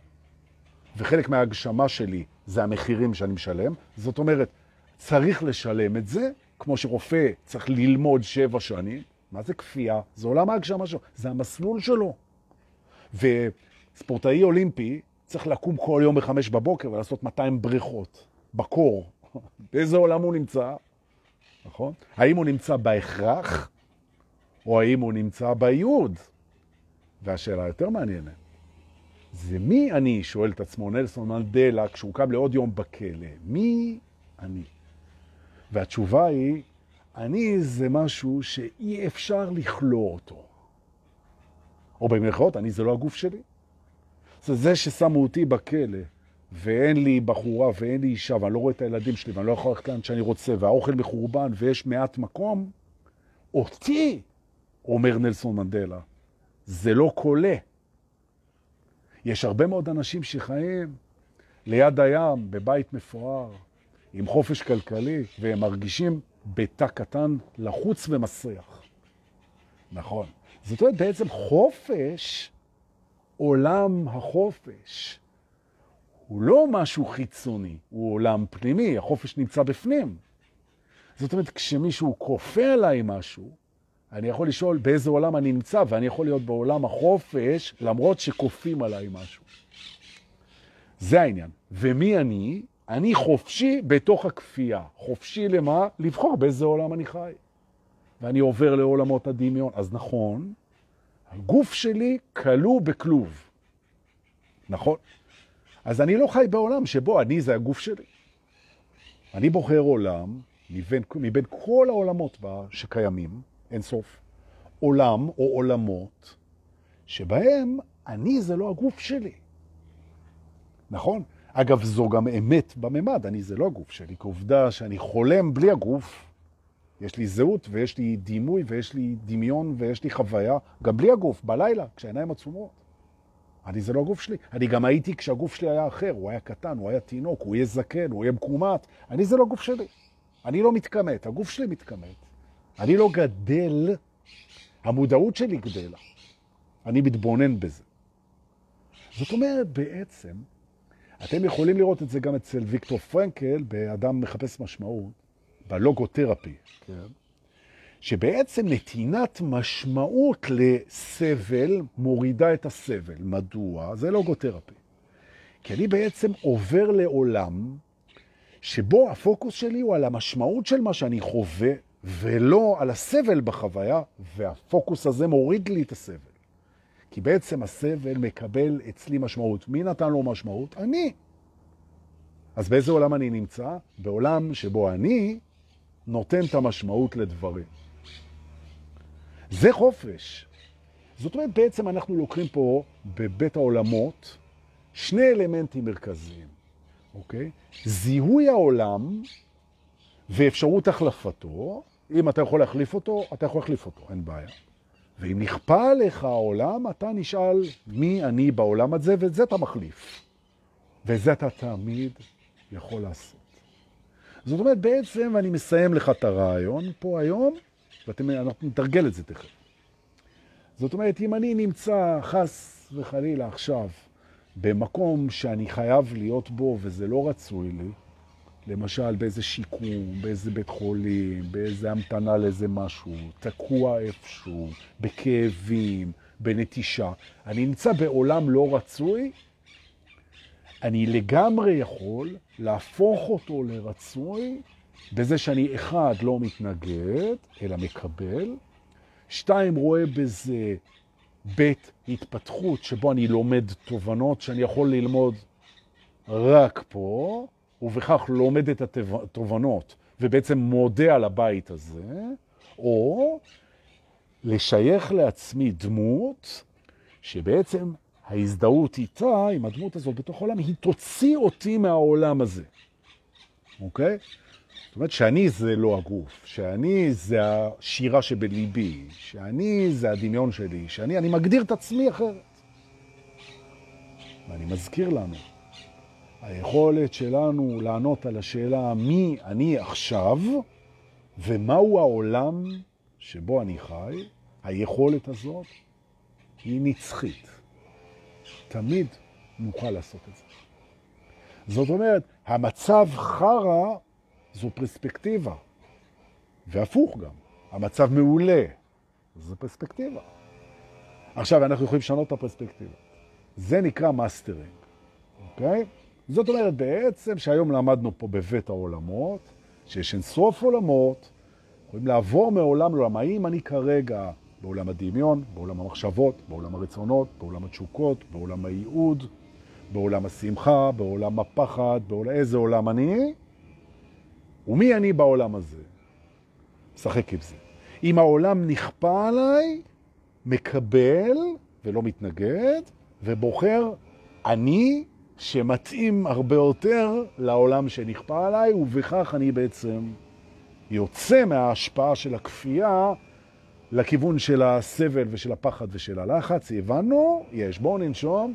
A: וחלק מההגשמה שלי זה המחירים שאני משלם, זאת אומרת, צריך לשלם את זה, כמו שרופא צריך ללמוד 7 שנים, מה זה כפייה? זה עולם ההגשמה שלו, זה המסלול שלו. וספורטאי אולימפי צריך לקום כל יום ב5 בבוקר ולעשות 200 בריכות בקור. באיזה עולם הוא נמצא? נכון? האם הוא נמצא בהכרח, או האם הוא נמצא בייעוד? והשאלה יותר מעניינת. זה מי אני, שואל את עצמו נלסון מנדלה, כשהוא קם לעוד יום בכלא. מי אני? והתשובה היא, אני זה משהו שאי אפשר לכלוא אותו. או במרכאות, אני זה לא הגוף שלי. זה ששמו אותי בכלא, ואין לי בחורה ואין לי אישה, ואני לא רואה את הילדים שלי, ואני לא יכול ללכת לאן שאני רוצה, והאוכל מחורבן, ויש מעט מקום, אותי, אומר נלסון מנדלה, זה לא קולה. יש הרבה מאוד אנשים שחיים ליד הים, בבית מפואר, עם חופש כלכלי, והם מרגישים ביתה קטן לחוץ ומסריח. נכון. זאת אומרת, בעצם חופש, עולם החופש, הוא לא משהו חיצוני, הוא עולם פנימי, החופש נמצא בפנים. זאת אומרת, כשמישהו כופה עליי משהו, אני יכול לשאול באיזה עולם אני נמצא, ואני יכול להיות בעולם החופש, למרות שכופים עליי משהו. זה העניין. ומי אני? אני חופשי בתוך הכפייה. חופשי למה? לבחור באיזה עולם אני חי. ואני עובר לעולמות הדמיון. אז נכון, הגוף שלי כלוא בכלוב. נכון? אז אני לא חי בעולם שבו אני זה הגוף שלי. אני בוחר עולם, מבין כל העולמות שקיימים, אין סוף, עולם או עולמות, שבהם אני זה לא הגוף שלי. נכון? אגב, זו גם אמת בממד, אני זה לא הגוף שלי, כעובדה שאני חולם בלי הגוף, יש לי זהות ויש לי דימוי ויש לי דמיון ויש לי חוויה, גם בלי הגוף, בלילה, כשהעיניים עצומות. אני זה לא הגוף שלי. אני גם הייתי כשהגוף שלי היה אחר, הוא היה קטן, הוא היה תינוק, הוא יהיה זקן, הוא יהיה מקומת. אני זה לא הגוף שלי. אני לא מתכמת, הגוף שלי מתכמת. אני לא גדל, המודעות שלי גדלה. אני מתבונן בזה. זאת אומרת, בעצם, אתם יכולים לראות את זה גם אצל ויקטור פרנקל, באדם מחפש משמעות, בלוגותרפי, כן? שבעצם נתינת משמעות לסבל מורידה את הסבל. מדוע? זה לוגותרפי. כי אני בעצם עובר לעולם שבו הפוקוס שלי הוא על המשמעות של מה שאני חווה, ולא על הסבל בחוויה, והפוקוס הזה מוריד לי את הסבל. כי בעצם הסבל מקבל אצלי משמעות. מי נתן לו משמעות? אני. אז באיזה עולם אני נמצא? בעולם שבו אני נותן את המשמעות לדברים. זה חופש. זאת אומרת, בעצם אנחנו לוקחים פה בבית העולמות שני אלמנטים מרכזיים, אוקיי? זיהוי העולם ואפשרות החלפתו. אם אתה יכול להחליף אותו, אתה יכול להחליף אותו, אין בעיה. ואם נכפה עליך העולם, אתה נשאל מי אני בעולם הזה, ואת זה אתה מחליף. וזה אתה תמיד יכול לעשות. זאת אומרת, בעצם אני מסיים לך את הרעיון פה היום, ואנחנו נתרגל את זה תכף. זאת אומרת, אם אני נמצא חס וחלילה עכשיו במקום שאני חייב להיות בו וזה לא רצוי לי, למשל באיזה שיקום, באיזה בית חולים, באיזה המתנה לאיזה משהו, תקוע איפשהו, בכאבים, בנטישה, אני נמצא בעולם לא רצוי, אני לגמרי יכול להפוך אותו לרצוי בזה שאני אחד לא מתנגד, אלא מקבל, שתיים רואה בזה בית התפתחות שבו אני לומד תובנות שאני יכול ללמוד רק פה, ובכך לומד את התובנות ובעצם מודה על הבית הזה, או לשייך לעצמי דמות שבעצם ההזדהות איתה, עם הדמות הזאת בתוך העולם, היא תוציא אותי מהעולם הזה. אוקיי? זאת אומרת שאני זה לא הגוף, שאני זה השירה שבליבי, שאני זה הדמיון שלי, שאני מגדיר את עצמי אחרת. ואני מזכיר לנו, היכולת שלנו לענות על השאלה מי אני עכשיו, ומהו העולם שבו אני חי, היכולת הזאת היא נצחית. תמיד נוכל לעשות את זה. זאת אומרת, המצב חרה זו פרספקטיבה, והפוך גם. המצב מעולה, זו פרספקטיבה. עכשיו אנחנו יכולים לשנות את הפרספקטיבה. זה נקרא מאסטרינג, אוקיי? זאת אומרת בעצם שהיום למדנו פה בבית העולמות, שיש אינסוף עולמות, יכולים לעבור מעולם לעולם. האם אני כרגע בעולם הדמיון, בעולם המחשבות, בעולם הרצונות, בעולם התשוקות, בעולם הייעוד, בעולם השמחה, בעולם הפחד, איזה עולם אני? ומי אני בעולם הזה? משחק עם זה. אם העולם נכפה עליי, מקבל ולא מתנגד, ובוחר אני שמתאים הרבה יותר לעולם שנכפה עליי, ובכך אני בעצם יוצא מההשפעה של הכפייה לכיוון של הסבל ושל הפחד ושל הלחץ. הבנו? יש. בואו ננשום.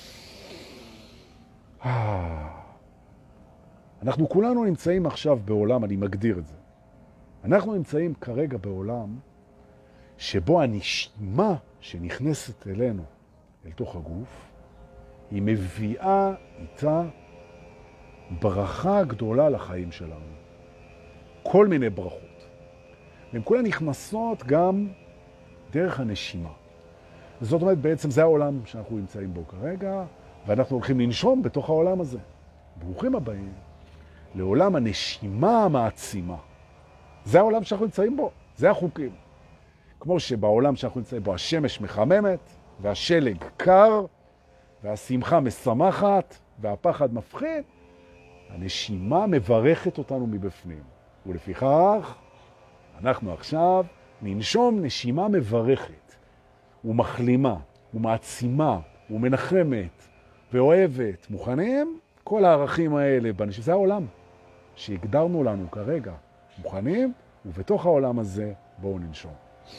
A: אנחנו כולנו נמצאים עכשיו בעולם, אני מגדיר את זה. אנחנו נמצאים כרגע בעולם שבו הנשימה שנכנסת אלינו, אל תוך הגוף, היא מביאה איתה ברכה גדולה לחיים שלנו. כל מיני ברכות. והן כולן נכנסות גם דרך הנשימה. זאת אומרת, בעצם זה העולם שאנחנו נמצאים בו כרגע, ואנחנו הולכים לנשום בתוך העולם הזה. ברוכים הבאים לעולם הנשימה המעצימה. זה העולם שאנחנו נמצאים בו, זה החוקים. כמו שבעולם שאנחנו נמצאים בו השמש מחממת, והשלג קר, והשמחה משמחת, והפחד מפחיד, הנשימה מברכת אותנו מבפנים. ולפיכך, אנחנו עכשיו ננשום נשימה מברכת, ומחלימה, ומעצימה, ומנחמת, ואוהבת. מוכנים? כל הערכים האלה, זה העולם שהגדרנו לנו כרגע. מוכנים? ובתוך העולם הזה בואו ננשום.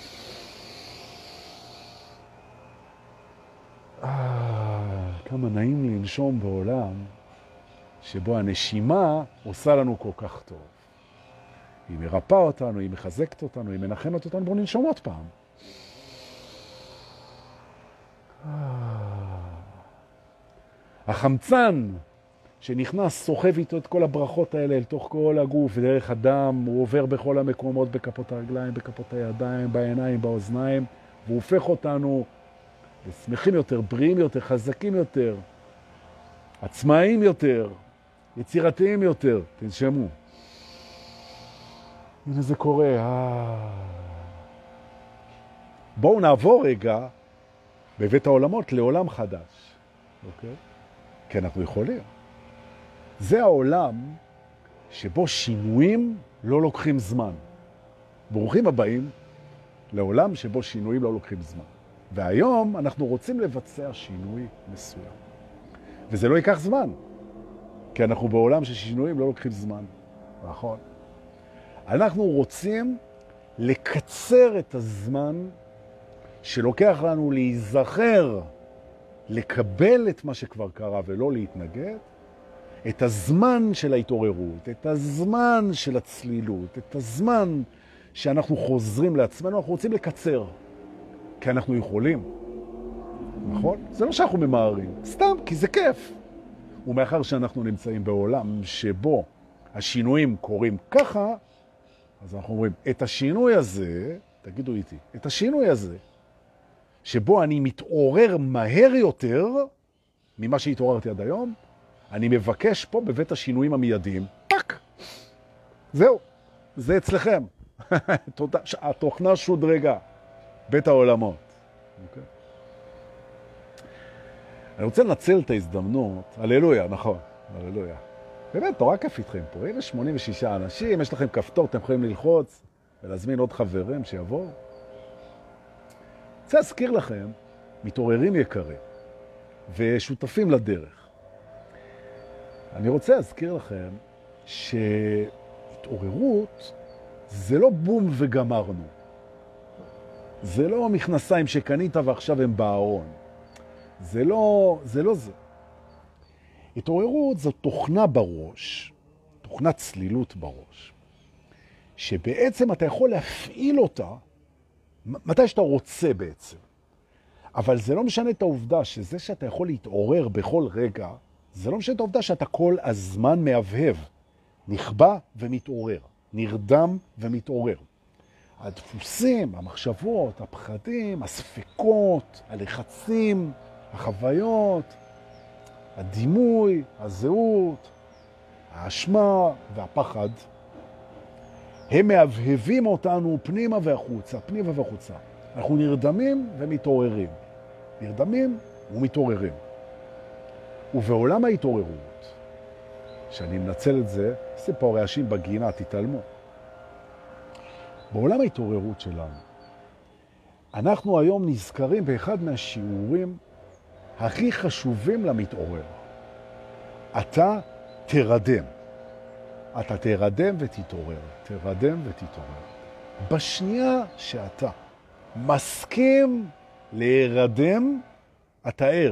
A: כמה נעים לנשום בעולם שבו הנשימה עושה לנו כל כך טוב. היא מרפאה אותנו, היא מחזקת אותנו, היא מנחמת אותנו. בואו ננשום עוד פעם. החמצן שנכנס סוחב איתו את כל הברכות האלה אל תוך כל הגוף ודרך הדם, הוא עובר בכל המקומות, בכפות הרגליים, בכפות הידיים, בעיניים, באוזניים, והוא הופך אותנו לשמחים יותר, בריאים יותר, חזקים יותר, עצמאיים יותר, יצירתיים יותר. תנשמו. הנה זה קורה. בואו נעבור רגע בבית העולמות לעולם חדש. אוקיי? כי אנחנו יכולים. זה העולם שבו שינויים לא לוקחים זמן. ברוכים הבאים לעולם שבו שינויים לא לוקחים זמן. והיום אנחנו רוצים לבצע שינוי מסוים. וזה לא ייקח זמן, כי אנחנו בעולם ששינויים לא לוקחים זמן. נכון? אנחנו רוצים לקצר את הזמן שלוקח לנו להיזכר, לקבל את מה שכבר קרה ולא להתנגד, את הזמן של ההתעוררות, את הזמן של הצלילות, את הזמן שאנחנו חוזרים לעצמנו, אנחנו רוצים לקצר, כי אנחנו יכולים. נכון? זה לא שאנחנו ממהרים, סתם, כי זה כיף. ומאחר שאנחנו נמצאים בעולם שבו השינויים קורים ככה, אז אנחנו אומרים, את השינוי הזה, תגידו איתי, את השינוי הזה, שבו אני מתעורר מהר יותר ממה שהתעוררתי עד היום, אני מבקש פה בבית השינויים המיידיים, פק! זהו, זה אצלכם. תודה, התוכנה שודרגה, בית העולמות. אוקיי? אני רוצה לנצל את ההזדמנות, הללויה, נכון, הללויה. באמת, תורה כיף איתכם פה. הנה 86 אנשים, יש לכם כפתור, אתם יכולים ללחוץ ולהזמין עוד חברים שיבואו. רוצה להזכיר לכם, מתעוררים יקרים ושותפים לדרך. אני רוצה להזכיר לכם שהתעוררות זה לא בום וגמרנו. זה לא מכנסיים שקנית ועכשיו הם בארון. זה לא זה. התעוררות זו תוכנה בראש, תוכנת צלילות בראש, שבעצם אתה יכול להפעיל אותה מתי שאתה רוצה בעצם. אבל זה לא משנה את העובדה שזה שאתה יכול להתעורר בכל רגע, זה לא משנה את העובדה שאתה כל הזמן מהבהב, נכבה ומתעורר, נרדם ומתעורר. הדפוסים, המחשבות, הפחדים, הספקות, הלחצים, החוויות, הדימוי, הזהות, האשמה והפחד, הם מהבהבים אותנו פנימה והחוצה, פנימה והחוצה. אנחנו נרדמים ומתעוררים. נרדמים ומתעוררים. ובעולם ההתעוררות, שאני מנצל את זה, עושה פה רעשים בגינה, תתעלמו. בעולם ההתעוררות שלנו, אנחנו היום נזכרים באחד מהשיעורים הכי חשובים למתעורר. אתה תרדם. אתה תרדם ותתעורר. תרדם ותתעורר. בשנייה שאתה מסכים להירדם, אתה ער.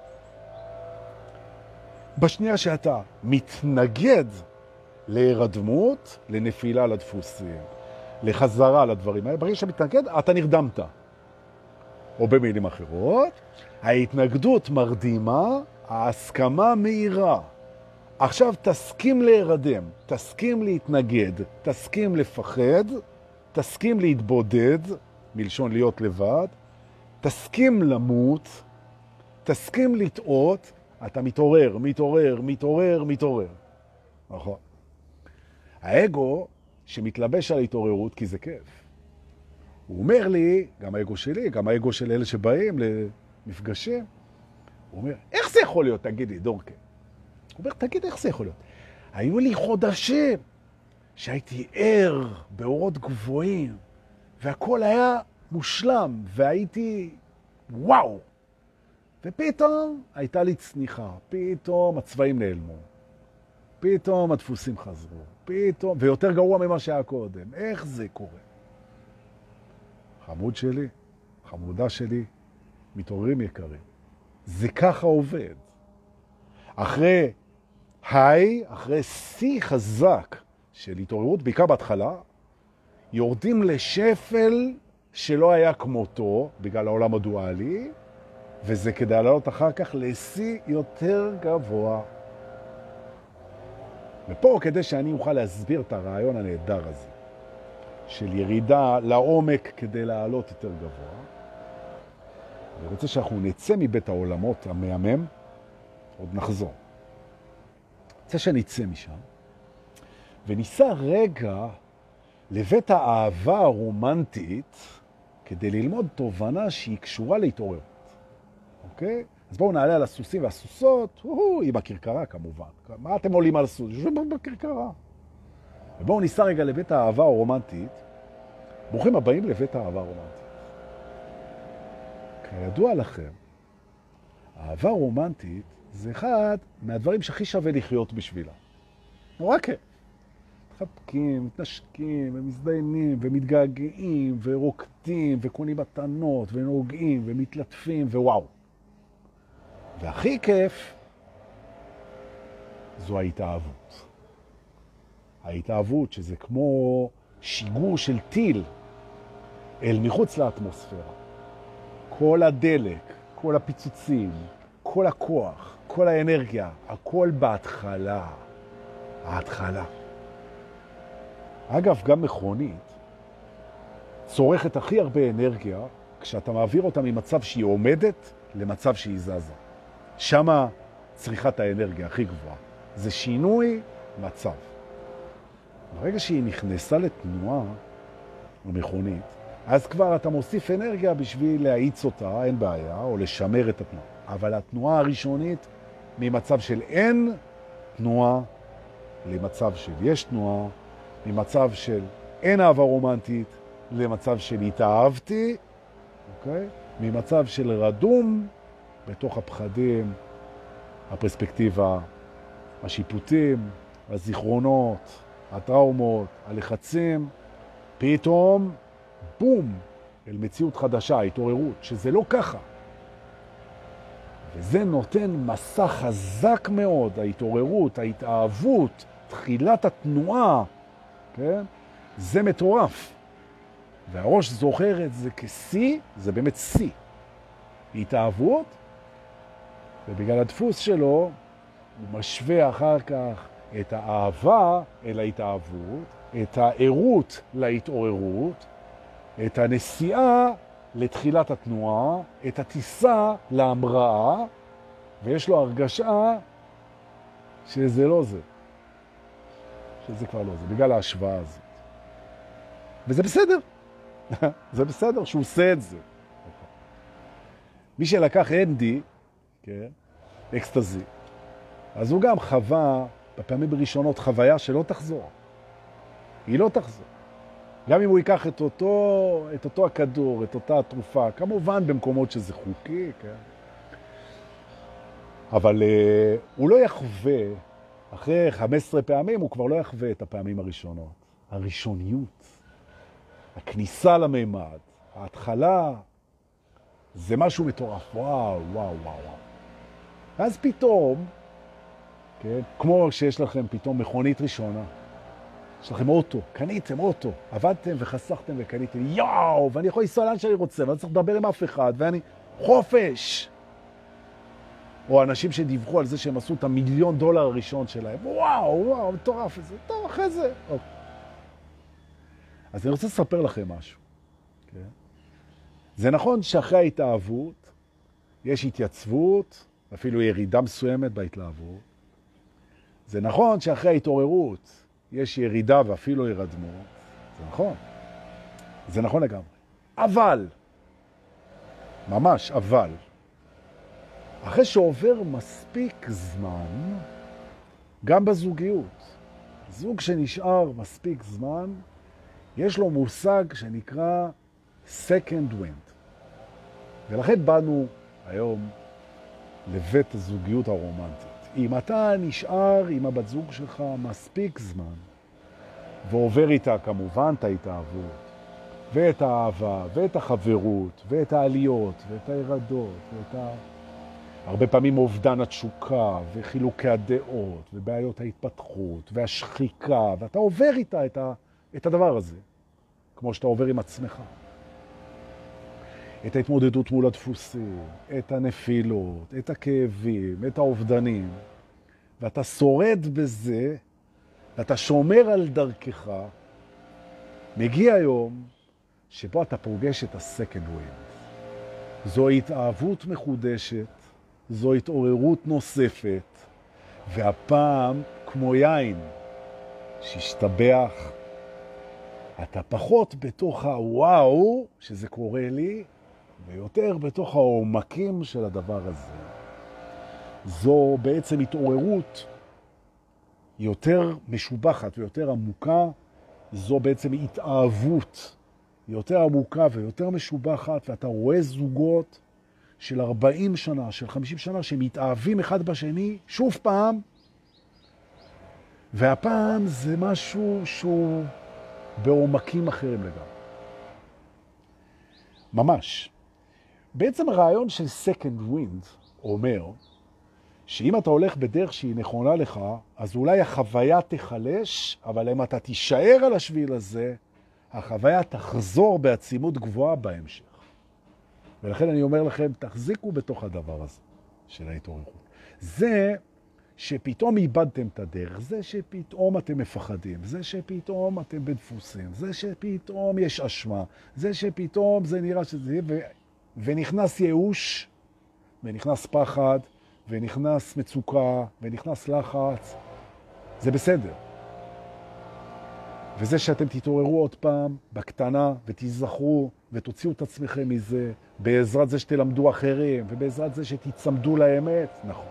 A: בשנייה שאתה מתנגד להירדמות, לנפילה לדפוסים, לחזרה לדברים האלה, ברגע שמתנגד, אתה נרדמת. או במילים אחרות, ההתנגדות מרדימה, ההסכמה מהירה. עכשיו תסכים להירדם, תסכים להתנגד, תסכים לפחד, תסכים להתבודד, מלשון להיות לבד, תסכים למות, תסכים לטעות, אתה מתעורר, מתעורר, מתעורר, מתעורר. נכון. האגו שמתלבש על התעוררות כי זה כיף. הוא אומר לי, גם האגו שלי, גם האגו של אלה שבאים למפגשים, הוא אומר, איך זה יכול להיות? תגידי, דורקה. הוא אומר, תגיד, איך זה יכול להיות? היו לי חודשים שהייתי ער באורות גבוהים, והכל היה מושלם, והייתי וואו. ופתאום הייתה לי צניחה, פתאום הצבעים נעלמו, פתאום הדפוסים חזרו, פתאום, ויותר גרוע ממה שהיה קודם. איך זה קורה? חמוד שלי, חמודה שלי, מתעוררים יקרים. זה ככה עובד. אחרי אחרי שיא חזק של התעוררות, בעיקר בהתחלה, יורדים לשפל שלא היה כמותו, בגלל העולם הדואלי, וזה כדי לעלות אחר כך לשיא יותר גבוה. ופה כדי שאני אוכל להסביר את הרעיון הנהדר הזה, של ירידה לעומק כדי לעלות יותר גבוה, אני רוצה שאנחנו נצא מבית העולמות המהמם, עוד נחזור. רוצה שנצא משם, וניסע רגע לבית האהבה הרומנטית, כדי ללמוד תובנה שהיא קשורה להתעוררות. אוקיי? אז בואו נעלה על הסוסים והסוסות, עם הקרקרה כמובן. מה אתם עולים על הסוס? יושבים בקרקרה. ובואו ניסע רגע לבית האהבה הרומנטית. ברוכים הבאים לבית האהבה הרומנטית. כידוע לכם, האהבה הרומנטית זה אחד מהדברים שהכי שווה לחיות בשבילה. נורא כן. מתחבקים, מתנשקים, ומזדיינים, ומתגעגעים, ורוקדים, וקונים מתנות, ונוגעים, ומתלטפים, ווואו. והכי כיף זו ההתאהבות. ההתאהבות שזה כמו שיגור של טיל אל מחוץ לאטמוספירה. כל הדלק, כל הפיצוצים, כל הכוח, כל האנרגיה, הכל בהתחלה. ההתחלה. אגב, גם מכונית צורכת הכי הרבה אנרגיה כשאתה מעביר אותה ממצב שהיא עומדת למצב שהיא זזה. שמה צריכת האנרגיה הכי גבוהה. זה שינוי מצב. ברגע שהיא נכנסה לתנועה במכונית, אז כבר אתה מוסיף אנרגיה בשביל להאיץ אותה, אין בעיה, או לשמר את התנועה. אבל התנועה הראשונית ממצב של אין תנועה למצב של יש תנועה, ממצב של אין אהבה רומנטית למצב של התאהבתי, אוקיי? ממצב של רדום בתוך הפחדים, הפרספקטיבה, השיפוטים, הזיכרונות, הטראומות, הלחצים, פתאום בום, אל מציאות חדשה, התעוררות, שזה לא ככה. וזה נותן מסע חזק מאוד, ההתעוררות, ההתאהבות, תחילת התנועה, כן? זה מטורף. והראש זוכר את זה כסי, זה באמת סי. התאהבות, ובגלל הדפוס שלו, הוא משווה אחר כך את האהבה אל ההתאהבות, את הערות להתעוררות, את הנסיעה לתחילת התנועה, את הטיסה להמראה, ויש לו הרגשה שזה לא זה. שזה כבר לא זה, בגלל ההשוואה הזאת. וזה בסדר. זה בסדר שהוא עושה את זה. מי שלקח אנדי, כן, אקסטזי, אז הוא גם חווה בפעמים בראשונות חוויה שלא תחזור. היא לא תחזור. גם אם הוא ייקח את אותו הכדור, את אותה התרופה, כמובן במקומות שזה חוקי, כן? אבל הוא לא יחווה, אחרי 15 פעמים הוא כבר לא יחווה את הפעמים הראשונות. הראשוניות, הכניסה למימד, ההתחלה, זה משהו מטורף. וואו, וואו, וואו, וואו. ואז פתאום, כן? כמו שיש לכם פתאום מכונית ראשונה, יש לכם אוטו, קניתם אוטו, עבדתם וחסכתם וקניתם, יאו, ואני יכול לנסוע לאן שאני רוצה, ואני צריך לדבר עם אף אחד, ואני חופש. או אנשים שדיווחו על זה שהם עשו את $1,000,000 הראשון שלהם, וואו, וואו, מטורף את זה, טוב, אחרי זה. אז אני רוצה לספר לכם משהו. כן? זה נכון שאחרי ההתאהבות, יש התייצבות, אפילו ירידה מסוימת בהתלהבות. זה נכון שאחרי ההתעוררות, יש ירידה ואפילו ירדמות. זה נכון. זה נכון לגמרי. אבל, ממש אבל, אחרי שעובר מספיק זמן, גם בזוגיות, זוג שנשאר מספיק זמן, יש לו מושג שנקרא second wind. ולכן באנו היום לבית הזוגיות הרומנטית. אם אתה נשאר עם הבת זוג שלך מספיק זמן, ועובר איתה כמובן את ההתאהבות, ואת האהבה, ואת החברות, ואת העליות, ואת הירדות, הרבה פעמים אובדן התשוקה, וחילוקי הדעות, ובעיות ההתפתחות, והשחיקה, ואתה עובר איתה את הדבר הזה, כמו שאתה עובר עם עצמך. את ההתמודדות מול הדפוסים, את הנפילות, את הכאבים, את האובדנים, ואתה שורד בזה, ואתה שומר על דרכך, מגיע היום שבו אתה פוגש את ה-second wind. זו התאהבות מחודשת, זו התעוררות נוספת, והפעם כמו יין שהשתבח, אתה פחות בתוך הוואו שזה קורה לי, ויותר בתוך העומקים של הדבר הזה. זו בעצם התעוררות יותר משובחת ויותר עמוקה, זו בעצם התאהבות יותר עמוקה ויותר משובחת, ואתה רואה זוגות של 40 שנה, של 50 שנה, שמתאהבים אחד בשני, שוב פעם, והפעם זה משהו שהוא בעומקים אחרים לגמרי. ממש. בעצם הרעיון של second wind אומר שאם אתה הולך בדרך שהיא נכונה לך, אז אולי החוויה תחלש, אבל אם אתה תישאר על השביל הזה, החוויה תחזור בעצימות גבוהה בהמשך. ולכן אני אומר לכם, תחזיקו בתוך הדבר הזה של ההתעוררות. זה שפתאום איבדתם את הדרך, זה שפתאום אתם מפחדים, זה שפתאום אתם בדפוסים, זה שפתאום יש אשמה, זה שפתאום זה נראה שזה, ונכנס ייאוש, ונכנס פחד, ונכנס מצוקה, ונכנס לחץ, זה בסדר. וזה שאתם תתעוררו עוד פעם בקטנה ותזכרו ותוציאו את עצמכם מזה, בעזרת זה שתלמדו אחרים, ובעזרת זה שתצמדו לאמת, נכון.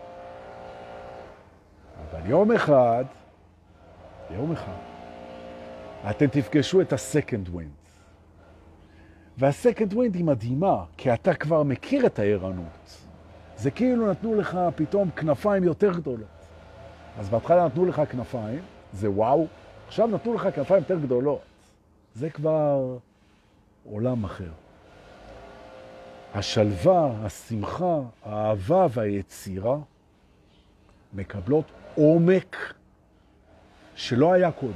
A: אבל יום אחד, אתם תפגשו את ה-second wind. וה-second wind היא מדהימה, כי אתה כבר מכיר את הערנות. זה כאילו נתנו לך פתאום כנפיים יותר גדולות. אז בהתחלה נתנו לך כנפיים, זה וואו, עכשיו נתנו לך כנפיים יותר גדולות. זה כבר עולם אחר. השלווה, השמחה, האהבה והיצירה מקבלות עומק שלא היה קודם.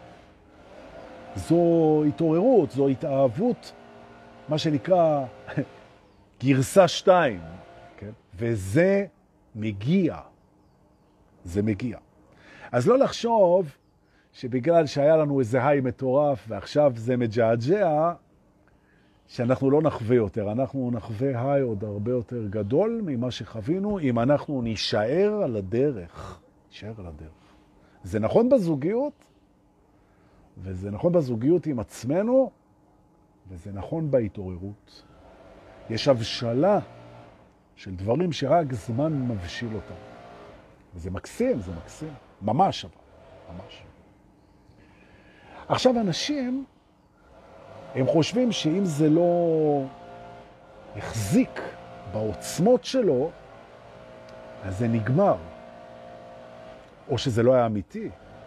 A: זו התעוררות, זו התאהבות, מה שנקרא גרסה 2. כן? וזה מגיע. זה מגיע. אז לא לחשוב שבגלל שהיה לנו איזה היי מטורף ועכשיו זה מג'עג'ע, שאנחנו לא נחווה יותר. אנחנו נחווה היי עוד הרבה יותר גדול ממה שחווינו, אם אנחנו נשאר על הדרך. נשאר על הדרך. זה נכון בזוגיות, וזה נכון בזוגיות עם עצמנו, וזה נכון בהתעוררות. יש הבשלה של דברים שרק זמן מבשיל אותם. וזה מקסים, זה מקסים. ממש אבל, ממש. עכשיו אנשים, הם חושבים שאם זה לא יחזיק בעוצמות שלו, אז זה נגמר. או שזה לא היה אמיתי.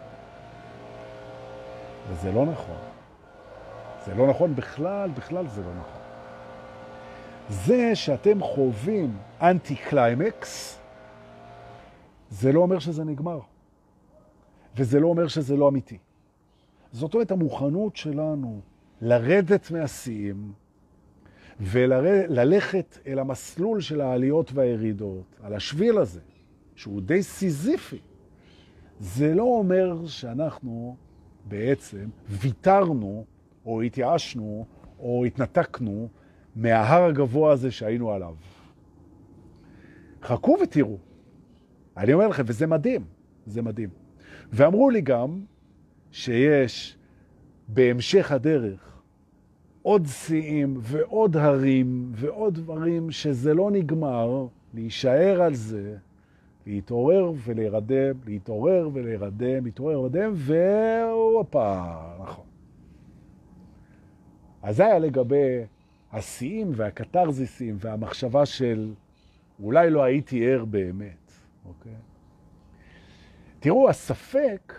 A: וזה לא נכון. זה לא נכון בכלל זה לא נכון. זה שאתם חווים אנטי-קליימקס, זה לא אומר שזה נגמר. וזה לא אומר שזה לא אמיתי. זאת אומרת, המוכנות שלנו לרדת מהשיאים, וללכת אל המסלול של העליות והירידות, על השביל הזה, שהוא די סיזיפי, זה לא אומר שאנחנו בעצם ויתרנו, או התייאשנו, או התנתקנו מההר הגבוה הזה שהיינו עליו. חכו ותראו. אני אומר לכם, וזה מדהים, זה מדהים. ואמרו לי גם שיש בהמשך הדרך עוד שיאים ועוד הרים ועוד דברים שזה לא נגמר, להישאר על זה, להתעורר ולהירדם, להתעורר ולהירדם, להתעורר ולהירדם, ואופה, נכון. אז זה היה לגבי השיאים והקטרזיסים והמחשבה של אולי לא הייתי ער באמת, אוקיי? תראו, הספק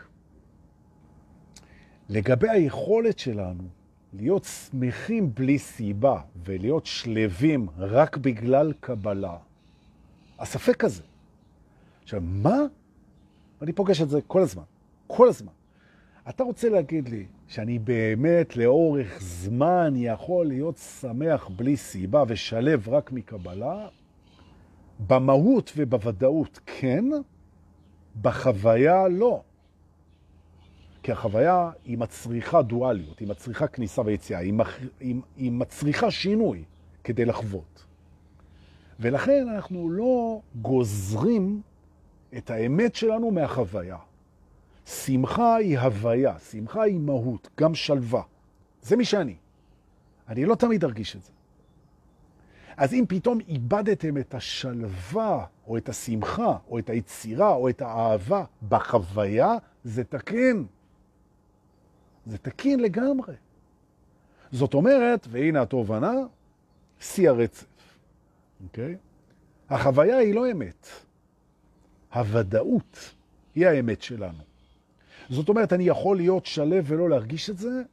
A: לגבי היכולת שלנו להיות שמחים בלי סיבה ולהיות שלבים רק בגלל קבלה. הספק הזה. עכשיו, מה? אני פוגש את זה כל הזמן. כל הזמן. אתה רוצה להגיד לי שאני באמת לאורך זמן יכול להיות שמח בלי סיבה ושלב רק מקבלה? במהות ובוודאות כן, בחוויה לא. כי החוויה היא מצריכה דואליות, היא מצריכה כניסה ויציאה, היא מצריכה שינוי כדי לחוות. ולכן אנחנו לא גוזרים את האמת שלנו מהחוויה. שמחה היא הוויה, שמחה היא מהות, גם שלווה. זה מי שאני. אני לא תמיד ארגיש את זה. אז אם פתאום איבדתם את השלווה, או את השמחה, או את היצירה, או את האהבה בחוויה, זה תקין. זה תקין לגמרי. זאת אומרת, והנה התובנה, שיא הרצף. אוקיי? החוויה היא לא אמת. הוודאות היא האמת שלנו. זאת אומרת, אני יכול להיות שלב ולא להרגיש את זה,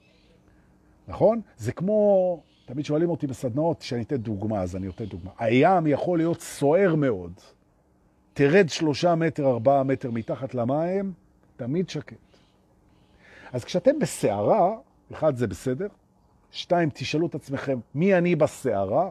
A: נכון? זה כמו, תמיד שואלים אותי בסדנאות, שאני אתן דוגמה, אז אני אתן דוגמה. הים יכול להיות סוער מאוד. תרד 3 מטר, 4 מטר מתחת למים, תמיד שקט. אז כשאתם בסערה, אחד זה בסדר, 2, תשאלו את עצמכם, מי אני בסערה?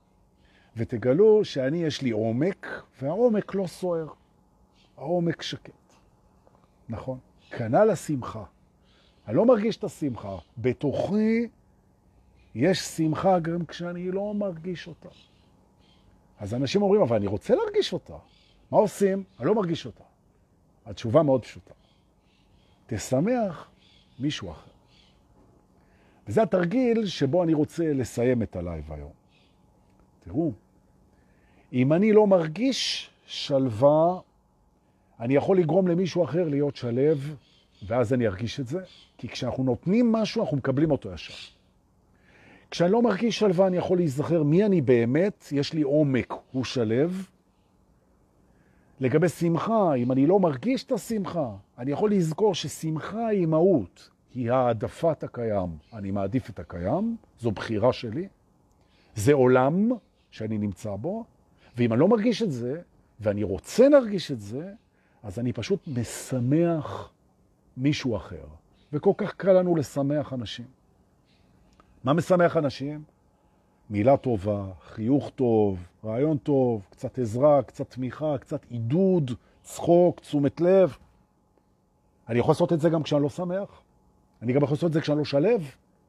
A: ותגלו שאני יש לי עומק, והעומק לא סוער. העומק שקט. נכון? כנ"ל השמחה. אני לא מרגיש את השמחה. בתוכי יש שמחה גם כשאני לא מרגיש אותה. אז אנשים אומרים, אבל אני רוצה להרגיש אותה. מה עושים? אני לא מרגיש אותה. התשובה מאוד פשוטה. תשמח מישהו אחר. וזה התרגיל שבו אני רוצה לסיים את הלייב היום. תראו, אם אני לא מרגיש שלווה, אני יכול לגרום למישהו אחר להיות שלב, ואז אני ארגיש את זה, כי כשאנחנו נותנים משהו, אנחנו מקבלים אותו ישר. כשאני לא מרגיש שלווה, אני יכול להיזכר מי אני באמת, יש לי עומק, הוא שלב. לגבי שמחה, אם אני לא מרגיש את השמחה, אני יכול לזכור ששמחה היא מהות, היא העדפת הקיים. אני מעדיף את הקיים, זו בחירה שלי. זה עולם שאני נמצא בו, ואם אני לא מרגיש את זה, ואני רוצה להרגיש את זה, אז אני פשוט משמח מישהו אחר. וכל כך קל לנו לשמח אנשים. מה משמח אנשים? מילה טובה, חיוך טוב, רעיון טוב, קצת עזרה, קצת תמיכה, קצת עידוד, צחוק, תשומת לב. אני יכול לעשות את זה גם כשאני לא שמח. אני גם יכול לעשות את זה כשאני לא שלב.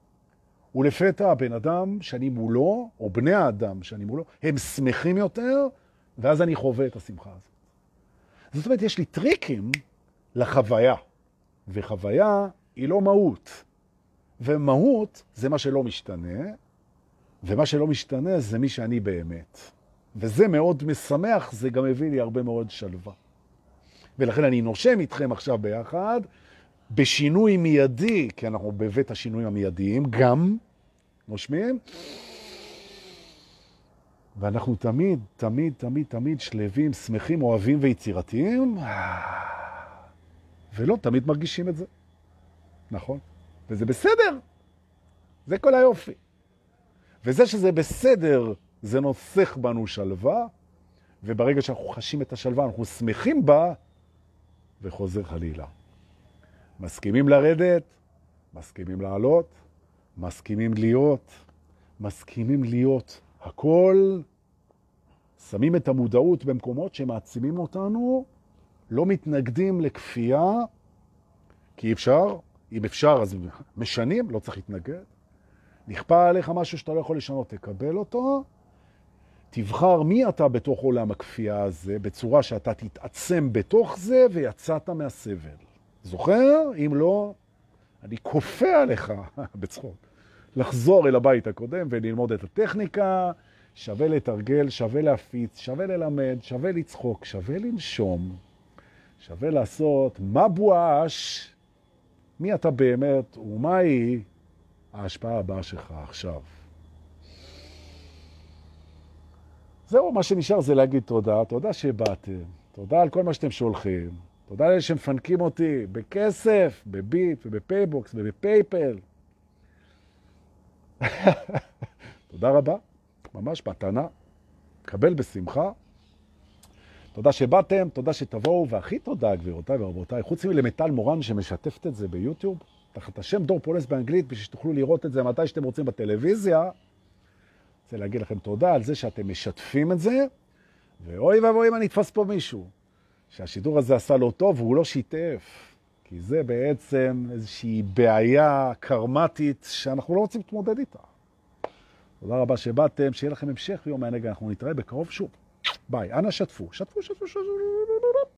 A: ולפתע הבן אדם שאני מולו, או בני האדם שאני מולו, הם שמחים יותר, ואז אני חווה את השמחה הזאת. זאת אומרת, יש לי טריקים לחוויה, וחוויה היא לא מהות. ומהות זה מה שלא משתנה, ומה שלא משתנה זה מי שאני באמת. וזה מאוד משמח, זה גם הביא לי הרבה מאוד שלווה. ולכן אני נושם איתכם עכשיו ביחד, בשינוי מיידי, כי אנחנו בבית השינויים המיידיים, גם נושמים, ואנחנו תמיד, תמיד, תמיד, תמיד שלבים, שמחים, אוהבים ויצירתיים, ולא תמיד מרגישים את זה. נכון? וזה בסדר. זה כל היופי. וזה שזה בסדר, זה נוסח בנו שלווה, וברגע שאנחנו חשים את השלווה, אנחנו שמחים בה, וחוזר חלילה. מסכימים לרדת, מסכימים לעלות, מסכימים להיות הכל, שמים את המודעות במקומות שמעצימים אותנו, לא מתנגדים לכפייה, כי אפשר, אם אפשר אז משנים, לא צריך להתנגד. נכפה עליך משהו שאתה לא יכול לשנות, תקבל אותו, תבחר מי אתה בתוך עולם הכפייה הזה, בצורה שאתה תתעצם בתוך זה ויצאת מהסבל. זוכר? אם לא, אני כופה עליך בצחוק. לחזור אל הבית הקודם וללמוד את הטכניקה, שווה לתרגל, שווה להפיץ, שווה ללמד, שווה לצחוק, שווה לנשום, שווה לעשות מה בואש, מי אתה באמת ומהי ההשפעה הבאה שלך עכשיו. זהו, מה שנשאר זה להגיד תודה, תודה שבאתם, תודה על כל מה שאתם שולחים, תודה לאלה שמפנקים אותי בכסף, בביט ובפייבוקס ובפייפל. תודה רבה, ממש מתנה, קבל בשמחה. תודה שבאתם, תודה שתבואו, והכי תודה גבירותיי ורבותיי, חוץ מלמטל מורן שמשתפת את זה ביוטיוב, תחת השם דור פולס באנגלית, בשביל שתוכלו לראות את זה מתי שאתם רוצים בטלוויזיה. רוצה להגיד לכם תודה על זה שאתם משתפים את זה, ואוי ואבוי אם אני אתפס פה מישהו שהשידור הזה עשה לו טוב והוא לא שיתף, כי זה בעצם איזושהי בעיה קרמטית שאנחנו לא רוצים להתמודד איתה. תודה רבה שבאתם, שיהיה לכם המשך יום מהנגע, אנחנו נתראה בקרוב שוב. ביי, אנא שתפו.